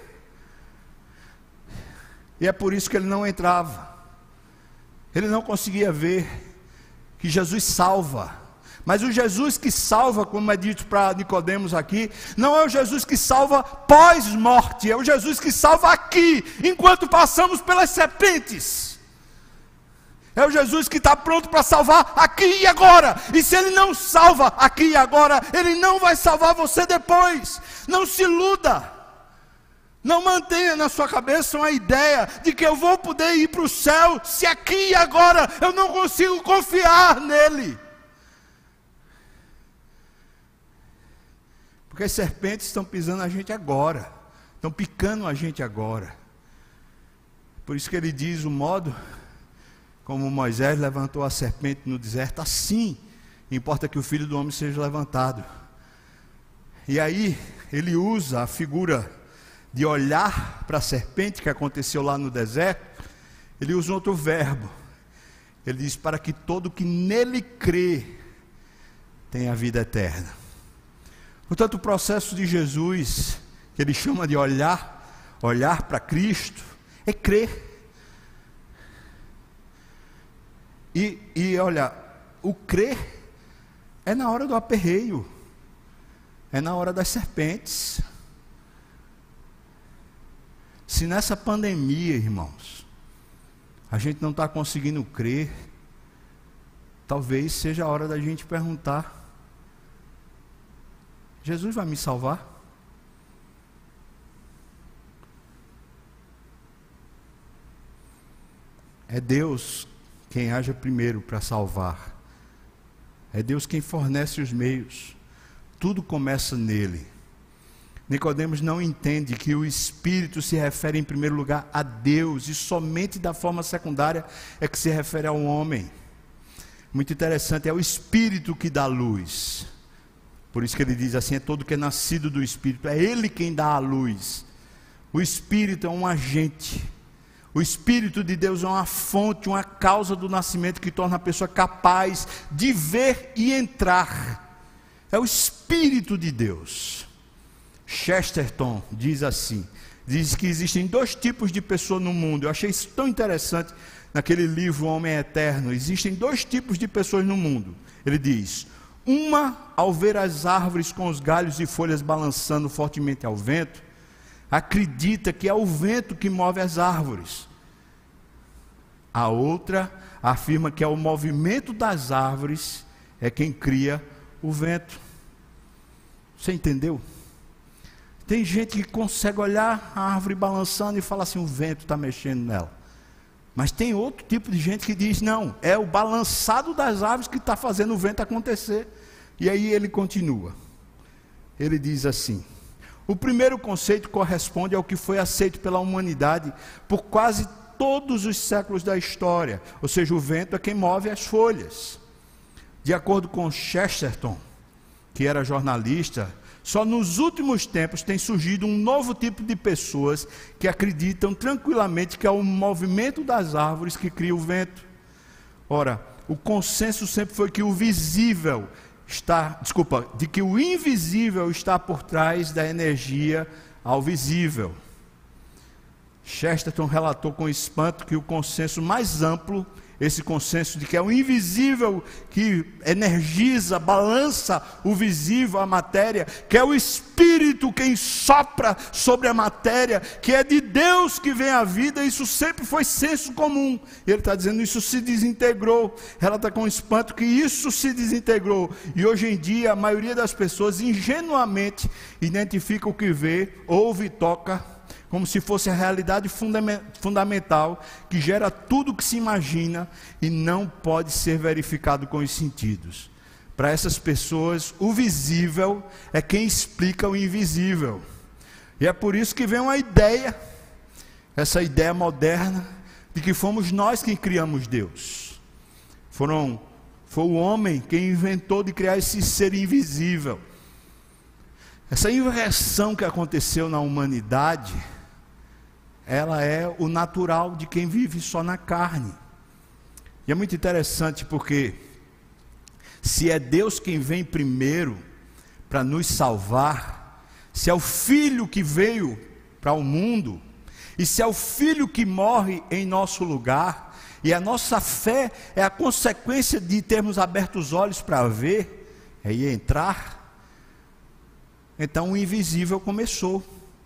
E é por isso que ele não entrava. Ele não conseguia ver que Jesus salva. Mas o Jesus que salva, como é dito para Nicodemos aqui, não é o Jesus que salva pós-morte, é o Jesus que salva aqui, enquanto passamos pelas serpentes. É o Jesus que está pronto para salvar aqui e agora. E se Ele não salva aqui e agora, Ele não vai salvar você depois. Não se iluda. Não mantenha na sua cabeça uma ideia de que eu vou poder ir para o céu, se aqui e agora eu não consigo confiar nele. Porque as serpentes estão pisando a gente agora. Estão picando a gente agora. Por isso que ele diz o modo como Moisés levantou a serpente no deserto, assim importa que o Filho do Homem seja levantado. E aí ele usa a figura de olhar para a serpente que aconteceu lá no deserto. Ele usa outro verbo. Ele diz, para que todo que nele crê tenha a vida eterna. Portanto, o processo de Jesus, que ele chama de olhar, olhar para Cristo, é crer. E, e olha, o crer é na hora do aperreio, é na hora das serpentes. Se nessa pandemia, irmãos, a gente não está conseguindo crer, talvez seja a hora da gente perguntar, Jesus vai me salvar? É Deus quem age primeiro para salvar. É Deus quem fornece os meios. Tudo começa nele. Nicodemos não entende que o Espírito se refere em primeiro lugar a Deus, e somente da forma secundária é que se refere ao homem. Muito interessante, é o Espírito que dá luz. Por isso que ele diz assim, é todo que é nascido do Espírito, é Ele quem dá a luz. O Espírito é um agente. O Espírito de Deus é uma fonte, uma causa do nascimento que torna a pessoa capaz de ver e entrar. É o Espírito de Deus. Chesterton diz assim, diz que existem dois tipos de pessoa no mundo. Eu achei isso tão interessante naquele livro O Homem Eterno. Existem dois tipos de pessoas no mundo. Ele diz, Uma, ao ver as árvores com os galhos e folhas balançando fortemente ao vento, acredita que é o vento que move as árvores. A outra afirma que é o movimento das árvores é quem cria o vento. Você entendeu? Tem gente que consegue olhar a árvore balançando e falar assim, o vento está mexendo nela. Mas tem outro tipo de gente que diz, não, é o balançado das árvores que está fazendo o vento acontecer. E aí ele continua. Ele diz assim, o primeiro conceito corresponde ao que foi aceito pela humanidade por quase todos os séculos da história. Ou seja, o vento é quem move as folhas. De acordo com Chesterton, que era jornalista, só nos últimos tempos tem surgido um novo tipo de pessoas que acreditam tranquilamente que é o movimento das árvores que cria o vento. Ora, o consenso sempre foi que o visível está, desculpa, de que o invisível está por trás da energia ao visível. Chesterton relatou com espanto que o consenso mais amplo, esse consenso de que é o invisível que energiza, balança o visível, a matéria, que é o Espírito quem sopra sobre a matéria, que é de Deus que vem a vida, isso sempre foi senso comum. Ele está dizendo isso se desintegrou. Ela está com espanto que isso se desintegrou. E hoje em dia a maioria das pessoas ingenuamente identifica o que vê, ouve e toca, como se fosse a realidade fundamental que gera tudo o que se imagina e não pode ser verificado com os sentidos. Para essas pessoas, o visível é quem explica o invisível. E é por isso que vem uma ideia, essa ideia moderna, de que fomos nós quem criamos Deus. Foram, foi o homem quem inventou de criar esse ser invisível. Essa inversão que aconteceu na humanidade, ela é o natural de quem vive só na carne. E é muito interessante porque, se é Deus quem vem primeiro para nos salvar, se é o Filho que veio para o mundo, e se é o Filho que morre em nosso lugar, e a nossa fé é a consequência de termos aberto os olhos para ver, aí entrar, então o invisível começou.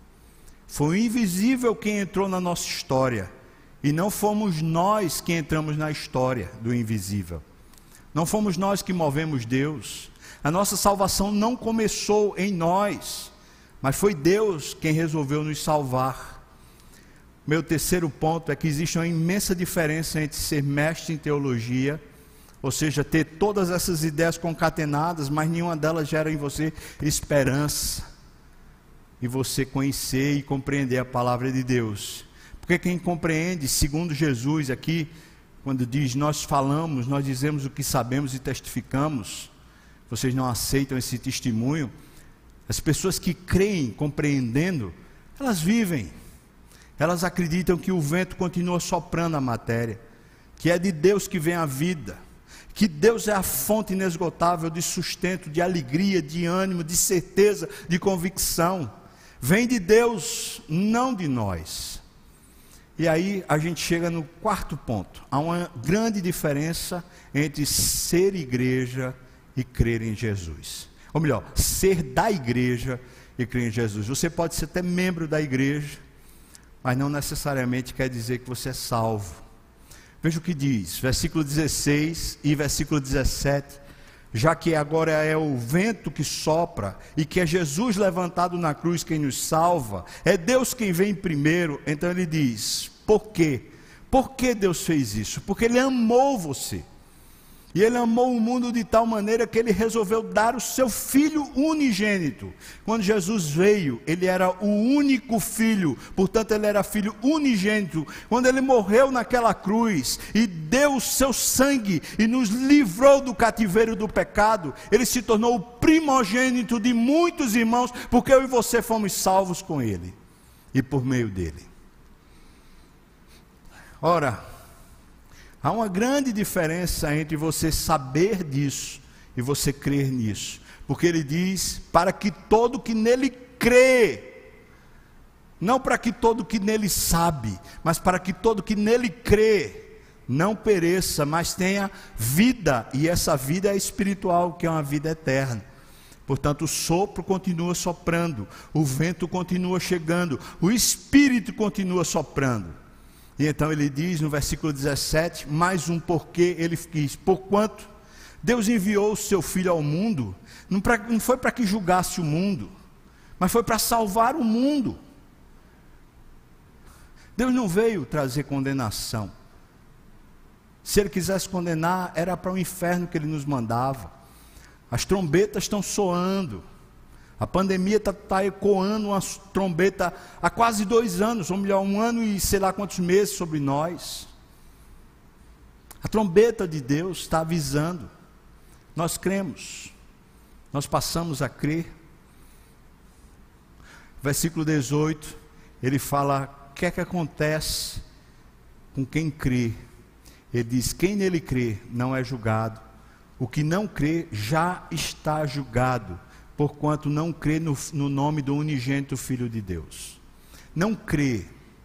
Foi o invisível quem entrou na nossa história, e não fomos nós que entramos na história do invisível. Não fomos nós que movemos Deus. A nossa salvação não começou em nós, mas foi Deus quem resolveu nos salvar. Meu terceiro ponto é que existe uma imensa diferença entre ser mestre em teologia, ou seja, ter todas essas ideias concatenadas, mas nenhuma delas gera em você esperança, e você conhecer e compreender a palavra de Deus. Porque quem compreende, segundo Jesus aqui, quando diz nós falamos, nós dizemos o que sabemos e testificamos, vocês não aceitam esse testemunho. As pessoas que creem compreendendo, elas vivem, elas acreditam que o vento continua soprando a matéria, que é de Deus que vem a vida, que Deus é a fonte inesgotável de sustento, de alegria, de ânimo, de certeza, de convicção. Vem de Deus, não de nós. E aí a gente chega no quarto ponto. Há uma grande diferença entre ser igreja e crer em Jesus. Ou melhor, ser da igreja e crer em Jesus. Você pode ser até membro da igreja, mas não necessariamente quer dizer que você é salvo. Veja o que diz, versículo dezesseis e versículo dezessete. Já que agora é o vento que sopra, e que é Jesus levantado na cruz quem nos salva, é Deus quem vem primeiro. Então ele diz, por quê? Por que Deus fez isso? Porque Ele amou você, e Ele amou o mundo de tal maneira que Ele resolveu dar o seu Filho unigênito. Quando Jesus veio, Ele era o único Filho, portanto Ele era Filho unigênito. Quando Ele morreu naquela cruz e deu o seu sangue e nos livrou do cativeiro do pecado, Ele se tornou o primogênito de muitos irmãos, porque eu e você fomos salvos com Ele e por meio dEle. Ora, há uma grande diferença entre você saber disso e você crer nisso. Porque ele diz, para que todo que nele crê, não para que todo que nele sabe, mas para que todo que nele crê, não pereça, mas tenha vida, e essa vida é espiritual, que é uma vida eterna. Portanto, o sopro continua soprando, o vento continua chegando, o Espírito continua soprando. E então ele diz no versículo dezessete, mais um porquê, ele diz: porquanto Deus enviou o seu Filho ao mundo, não, pra, não foi para que julgasse o mundo, mas foi para salvar o mundo. Deus não veio trazer condenação. Se Ele quisesse condenar, era para o inferno que Ele nos mandava. As trombetas estão soando, a pandemia está tá ecoando uma trombeta há quase dois anos, ou melhor, um ano e sei lá quantos meses sobre nós. A trombeta de Deus está avisando. Nós cremos, nós passamos a crer. Versículo dezoito, ele fala: o que é que acontece com quem crê? Ele diz: quem nele crê não é julgado, o que não crê já está julgado, porquanto não crê no, no nome do unigênito Filho de Deus. Não crê,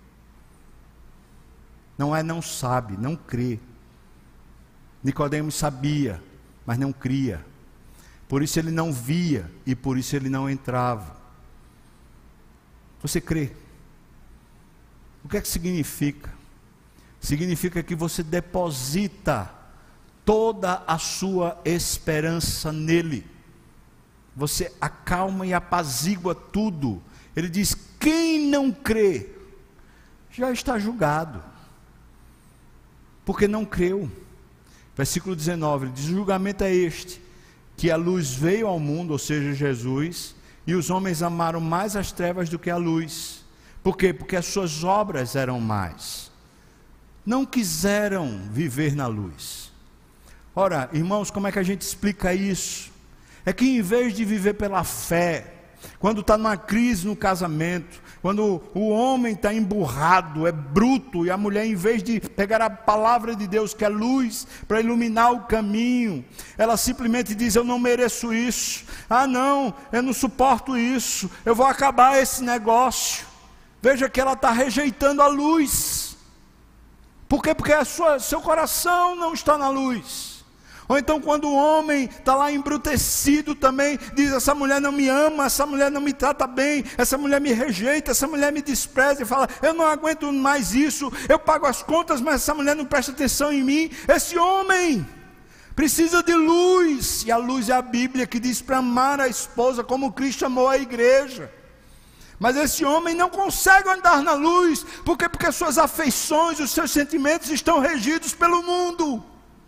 não é não sabe, não crê. Nicodemos sabia, mas não cria, por isso ele não via e por isso ele não entrava. Você crê? O que é que significa? Significa que você deposita toda a sua esperança nele. Você acalma e apazigua tudo. Ele diz: quem não crê já está julgado, porque não creu. Versículo dezenove, ele diz: o julgamento é este, que a luz veio ao mundo, ou seja, Jesus, e os homens amaram mais as trevas do que a luz. Por quê? Porque as suas obras eram más. Não quiseram viver na luz. Ora, irmãos, como é que a gente explica isso? É que em vez de viver pela fé, quando está numa crise no casamento, quando o homem está emburrado, é bruto, e a mulher, em vez de pegar a palavra de Deus, que é luz, para iluminar o caminho, ela simplesmente diz: eu não mereço isso, ah não, eu não suporto isso, eu vou acabar esse negócio. Veja que ela está rejeitando a luz. Por quê? Porque a sua, seu coração não está na luz. Ou então quando o homem está lá embrutecido também, diz: essa mulher não me ama, essa mulher não me trata bem, essa mulher me rejeita, essa mulher me despreza, e fala: eu não aguento mais isso, eu pago as contas, mas essa mulher não presta atenção em mim. Esse homem precisa de luz, e a luz é a Bíblia, que diz para amar a esposa como Cristo amou a igreja. Mas esse homem não consegue andar na luz. Por quê? Porque as suas afeições, os seus sentimentos estão regidos pelo mundo.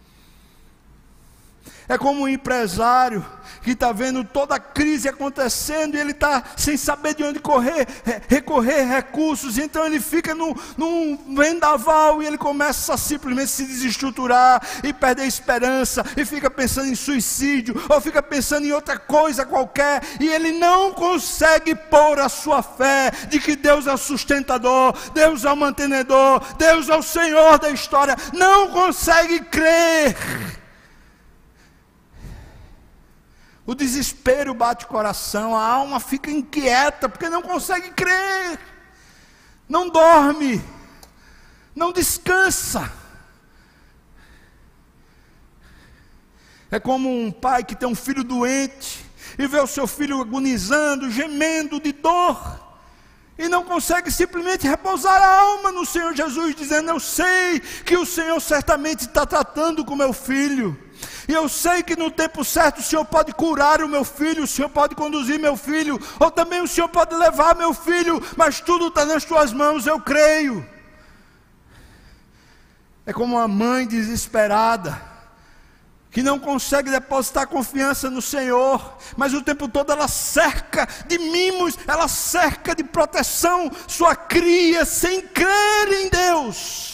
É como um empresário que está vendo toda a crise acontecendo e ele está sem saber de onde correr, recorrer recursos. Então ele fica num, num vendaval e ele começa a simplesmente se desestruturar e perder a esperança, e fica pensando em suicídio, ou fica pensando em outra coisa qualquer, e ele não consegue pôr a sua fé de que Deus é o sustentador, Deus é o mantenedor, Deus é o Senhor da história. Não consegue crer. O desespero bate o coração, a alma fica inquieta, porque não consegue crer, não dorme, não descansa. É como um pai que tem um filho doente, e vê o seu filho agonizando, gemendo de dor, e não consegue simplesmente repousar a alma no Senhor Jesus, dizendo: eu sei que o Senhor certamente está tratando com meu filho, e eu sei que no tempo certo o Senhor pode curar o meu filho, o Senhor pode conduzir meu filho, ou também o Senhor pode levar meu filho, mas tudo está nas tuas mãos, eu creio. É como uma mãe desesperada, que não consegue depositar confiança no Senhor, mas o tempo todo ela cerca de mimos, ela cerca de proteção sua cria, sem crer em Deus.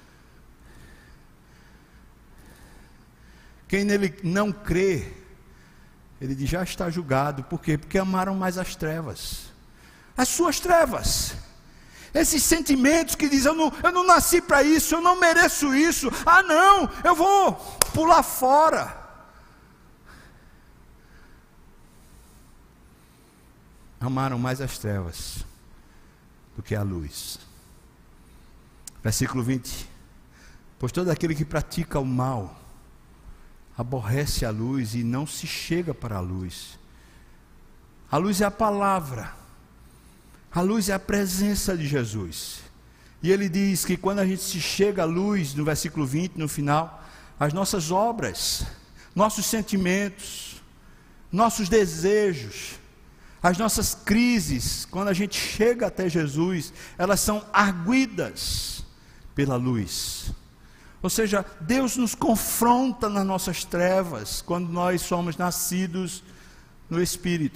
Quem nele não crê, ele diz: já está julgado. Por quê? Porque amaram mais as trevas, as suas trevas, esses sentimentos que dizem: eu não, eu não nasci para isso, eu não mereço isso, ah não, eu vou pular fora. Amaram mais as trevas do que a luz. Versículo vinte: Pois todo aquele que pratica o mal aborrece a luz e não se chega para a luz. A luz é a palavra. A luz é a presença de Jesus. E ele diz que quando a gente se chega à luz, no versículo vinte, no final, as nossas obras, nossos sentimentos, nossos desejos, as nossas crises, quando a gente chega até Jesus, elas são arguidas pela luz. Ou seja, Deus nos confronta nas nossas trevas, quando nós somos nascidos no Espírito.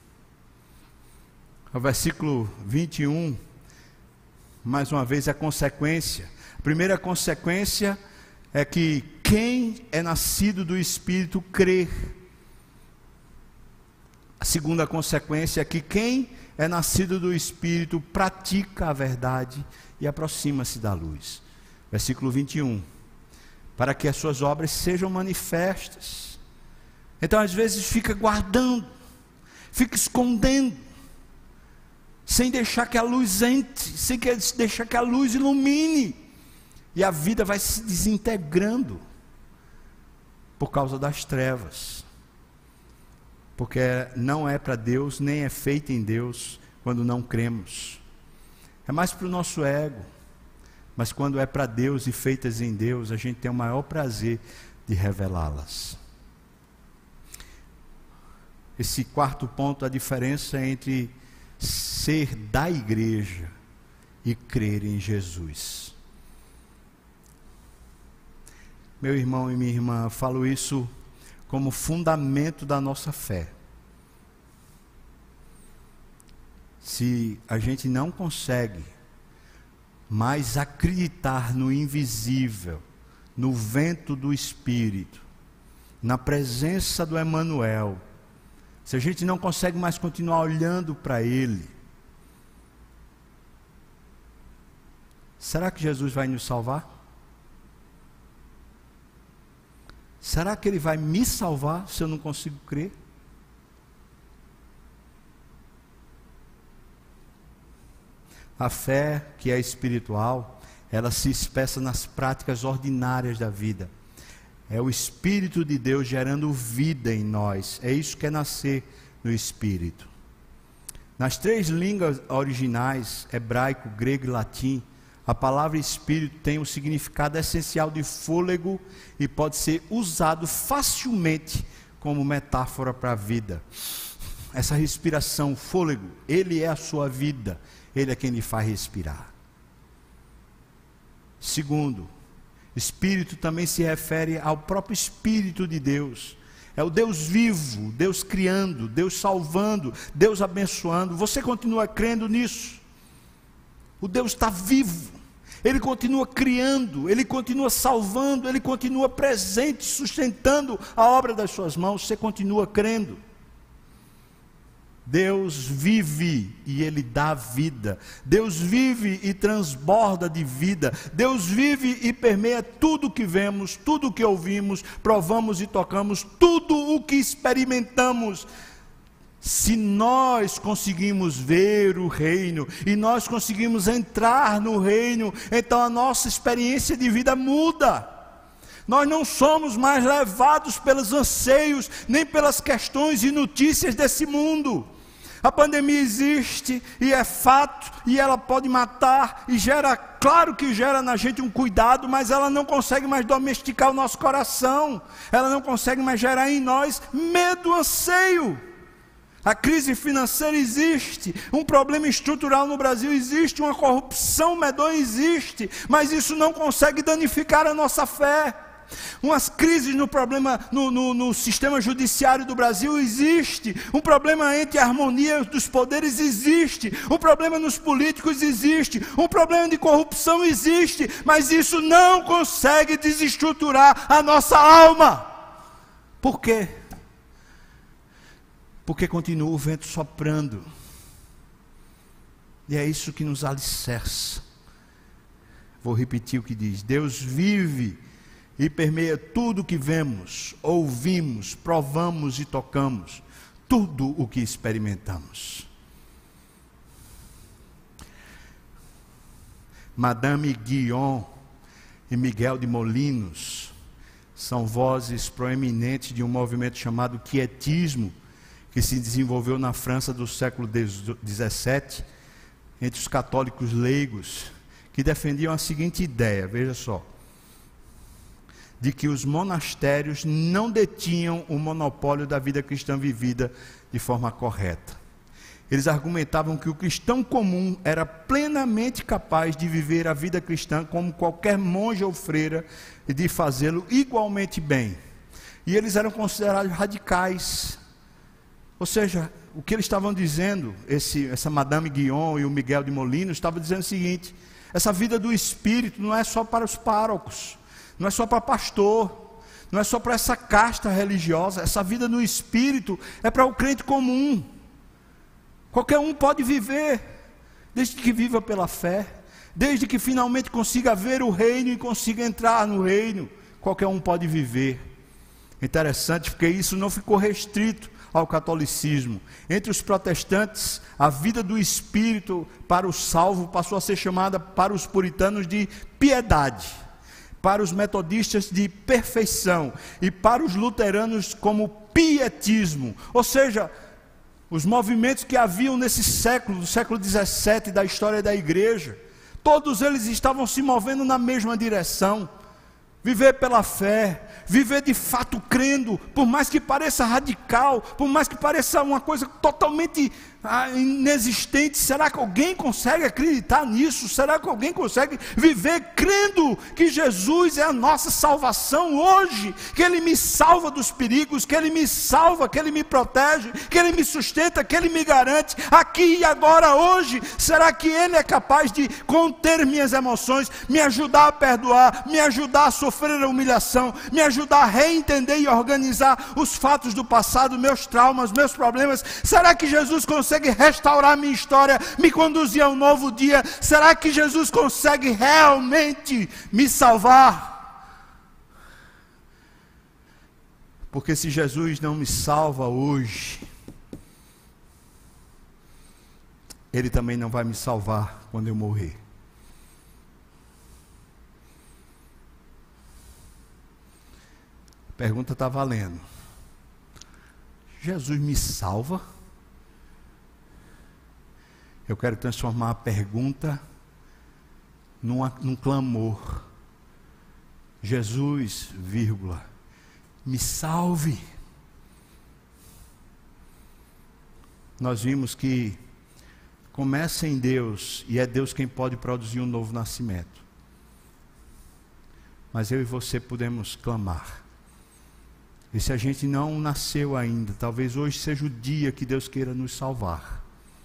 O versículo vinte e um, mais uma vez, é a consequência. A primeira consequência é que quem é nascido do Espírito crê. A segunda consequência é que quem é nascido do Espírito pratica a verdade e aproxima-se da luz. Versículo vinte e um. Para que as suas obras sejam manifestas. Então, às vezes, fica guardando, fica escondendo, sem deixar que a luz entre, sem deixar que a luz ilumine, e a vida vai se desintegrando por causa das trevas, porque não é para Deus, nem é feita em Deus quando não cremos, é mais para o nosso ego, mas quando é para Deus e feitas em Deus, a gente tem o maior prazer de revelá-las. Esse quarto ponto, a diferença entre ser da igreja e crer em Jesus. Meu irmão e minha irmã, falo isso como fundamento da nossa fé. Se a gente não consegue mais acreditar no invisível, no vento do Espírito, na presença do Emanuel, se a gente não consegue mais continuar olhando para Ele, será que Jesus vai nos salvar? Será que Ele vai me salvar se eu não consigo crer? A fé, que é espiritual, ela se expressa nas práticas ordinárias da vida. É o Espírito de Deus gerando vida em nós. É isso que é nascer no Espírito. Nas três línguas originais, hebraico, grego e latim, a palavra Espírito tem um significado essencial de fôlego e pode ser usado facilmente como metáfora para a vida. Essa respiração, fôlego, Ele é a sua vida. Ele é quem lhe faz respirar. Segundo, Espírito também se refere ao próprio Espírito de Deus. É o Deus vivo, Deus criando, Deus salvando, Deus abençoando. Você continua crendo nisso? O Deus está vivo, Ele continua criando, Ele continua salvando, Ele continua presente, sustentando a obra das suas mãos. Você continua crendo? Deus vive e Ele dá vida. Deus vive e transborda de vida. Deus vive e permeia tudo o que vemos, tudo o que ouvimos, provamos e tocamos, tudo o que experimentamos. Se nós conseguimos ver o reino e nós conseguimos entrar no reino, então a nossa experiência de vida muda. Nós não somos mais levados pelos anseios, nem pelas questões e notícias desse mundo. A pandemia existe e é fato, e ela pode matar, e gera, claro que gera na gente um cuidado, mas ela não consegue mais domesticar o nosso coração, ela não consegue mais gerar em nós medo, anseio. A crise financeira existe, um problema estrutural no Brasil existe, uma corrupção medonha existe, mas isso não consegue danificar a nossa fé. Umas crises no, problema, no, no, no sistema judiciário do Brasil existe, um problema entre a harmonia dos poderes existe, um problema nos políticos existe, um problema de corrupção existe, mas isso não consegue desestruturar a nossa alma. Por quê? Porque continua o vento soprando, e é isso que nos alicerça. Vou repetir o que diz: Deus vive e permeia tudo o que vemos, ouvimos, provamos e tocamos, tudo o que experimentamos. Madame Guyon, e Miguel de Molinos são vozes proeminentes de um movimento chamado quietismo, que se desenvolveu na França do século dezessete, entre os católicos leigos, que defendiam a seguinte ideia, veja só, de que os monastérios não detinham o monopólio da vida cristã vivida de forma correta. Eles argumentavam que o cristão comum era plenamente capaz de viver a vida cristã como qualquer monge ou freira e de fazê-lo igualmente bem. E eles eram considerados radicais. Ou seja, o que eles estavam dizendo, esse, essa Madame Guyon e o Miguel de Molinos, estavam dizendo o seguinte: essa vida do Espírito não é só para os párocos, não é só para pastor, não é só para essa casta religiosa. Essa vida no Espírito é para o crente comum. Qualquer um pode viver, desde que viva pela fé, desde que finalmente consiga ver o reino e consiga entrar no reino. Qualquer um pode viver. Interessante, porque isso não ficou restrito ao catolicismo. Entre os protestantes, a vida do Espírito para o salvo passou a ser chamada para os puritanos de piedade, para os metodistas de perfeição e para os luteranos como pietismo. Ou seja, os movimentos que haviam nesse século, do século dezessete da história da igreja, todos eles estavam se movendo na mesma direção. Viver pela fé, viver de fato crendo, por mais que pareça radical, por mais que pareça uma coisa totalmente ah, inexistente. Será que alguém consegue acreditar nisso? Será que alguém consegue viver crendo que Jesus é a nossa salvação hoje? Que Ele me salva dos perigos, que Ele me salva, que Ele me protege, que Ele me sustenta, que Ele me garante, aqui e agora, hoje. Será que Ele é capaz de conter minhas emoções, me ajudar a perdoar, me ajudar a sofrer a humilhação, me ajudar a reentender e organizar os fatos do passado, meus traumas, meus problemas? Será que Jesus consegue restaurar minha história, me conduzir a um novo dia? Será que Jesus consegue realmente me salvar? Porque se Jesus não me salva hoje, Ele também não vai me salvar quando eu morrer. A pergunta está valendo. Jesus me salva? Eu quero transformar a pergunta numa, num clamor. Jesus, vírgula, me salve. Nós vimos que começa em Deus, e é Deus quem pode produzir um novo nascimento. Mas eu e você podemos clamar. E se a gente não nasceu ainda, talvez hoje seja o dia que Deus queira nos salvar.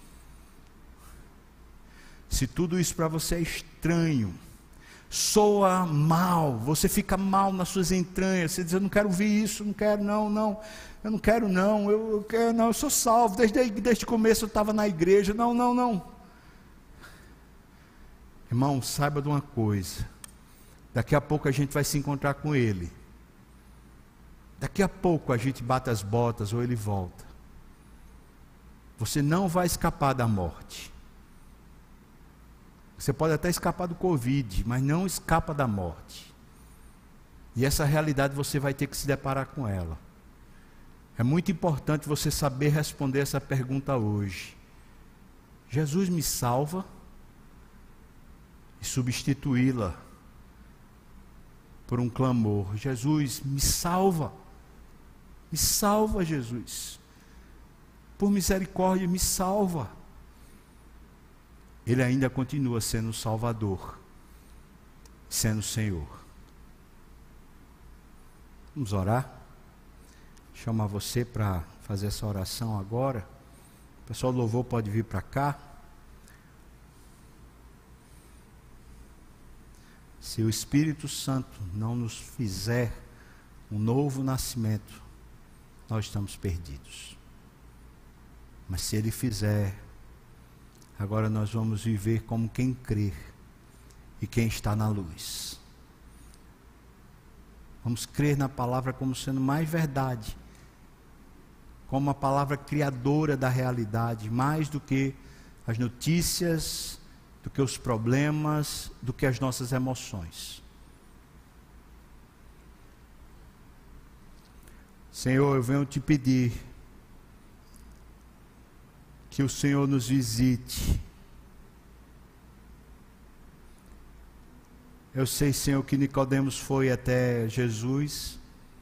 Se tudo isso para você é estranho, soa mal, você fica mal nas suas entranhas, você diz: eu não quero ouvir isso, não quero, não, não, eu não quero, não, eu, eu quero, não, eu sou salvo, desde, desde o começo eu estava na igreja, não, não, não. Irmão, saiba de uma coisa, daqui a pouco a gente vai se encontrar com Ele. Daqui a pouco a gente bate as botas ou Ele volta. Você não vai escapar da morte. Você pode até escapar do Covid, mas não escapa da morte. E essa realidade você vai ter que se deparar com ela. É muito importante você saber responder essa pergunta hoje. Jesus me salva? E substituí-la por um clamor: Jesus, me salva. Me salva, Jesus. Por misericórdia, me salva. Ele ainda continua sendo o Salvador, sendo o Senhor. Vamos orar? Chamar você para fazer essa oração agora. O pessoal do louvor pode vir para cá. Se o Espírito Santo não nos fizer um novo nascimento, nós estamos perdidos. Mas se Ele fizer, agora nós vamos viver como quem crê e quem está na luz. Vamos crer na palavra como sendo mais verdade, como a palavra criadora da realidade, mais do que as notícias, do que os problemas, do que as nossas emoções. Senhor, eu venho te pedir que o Senhor nos visite. Eu sei, Senhor, que Nicodemos foi até Jesus,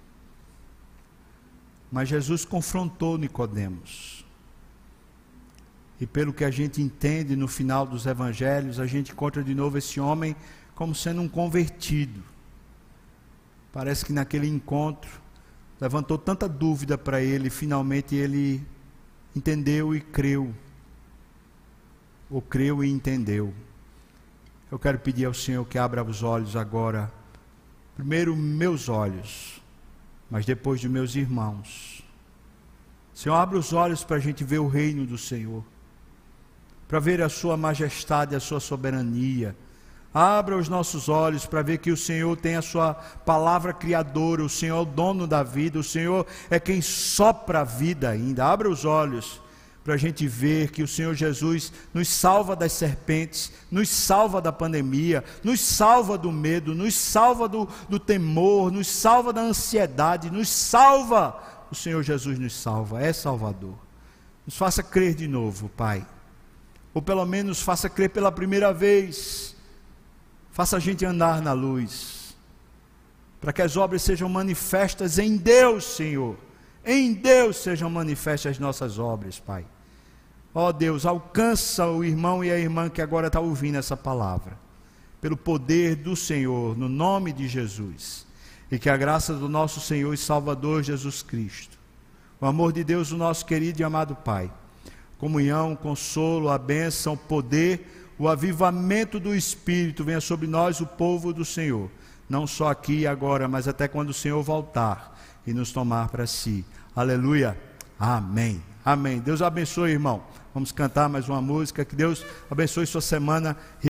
mas Jesus confrontou Nicodemos. E pelo que a gente entende no final dos evangelhos, a gente encontra de novo esse homem como sendo um convertido. Parece que naquele encontro levantou tanta dúvida para ele, finalmente ele entendeu e creu. Ou creu e entendeu. Eu quero pedir ao Senhor que abra os olhos agora, primeiro meus olhos, mas depois de meus irmãos. Senhor, abra os olhos para a gente ver o reino do Senhor, para ver a sua majestade, a sua soberania. Abra os nossos olhos para ver que o Senhor tem a sua palavra criadora, o Senhor é o dono da vida, o Senhor é quem sopra a vida ainda. Abra os olhos para a gente ver que o Senhor Jesus nos salva das serpentes, nos salva da pandemia, nos salva do medo, nos salva do, do temor, nos salva da ansiedade, nos salva. O Senhor Jesus nos salva, é Salvador. Nos faça crer de novo, Pai. Ou pelo menos faça crer pela primeira vez. Faça a gente andar na luz, para que as obras sejam manifestas em Deus, Senhor. Em Deus sejam manifestas as nossas obras, Pai. Ó Deus, alcança o irmão e a irmã que agora está ouvindo essa palavra, pelo poder do Senhor, no nome de Jesus. E que a graça do nosso Senhor e Salvador Jesus Cristo, o amor de Deus, o nosso querido e amado Pai, comunhão, consolo, a bênção, o poder, o avivamento do Espírito venha sobre nós, o povo do Senhor, não só aqui e agora, mas até quando o Senhor voltar e nos tomar para si. Aleluia. Amém. Amém. Deus abençoe, irmão. Vamos cantar mais uma música. Que Deus abençoe sua semana.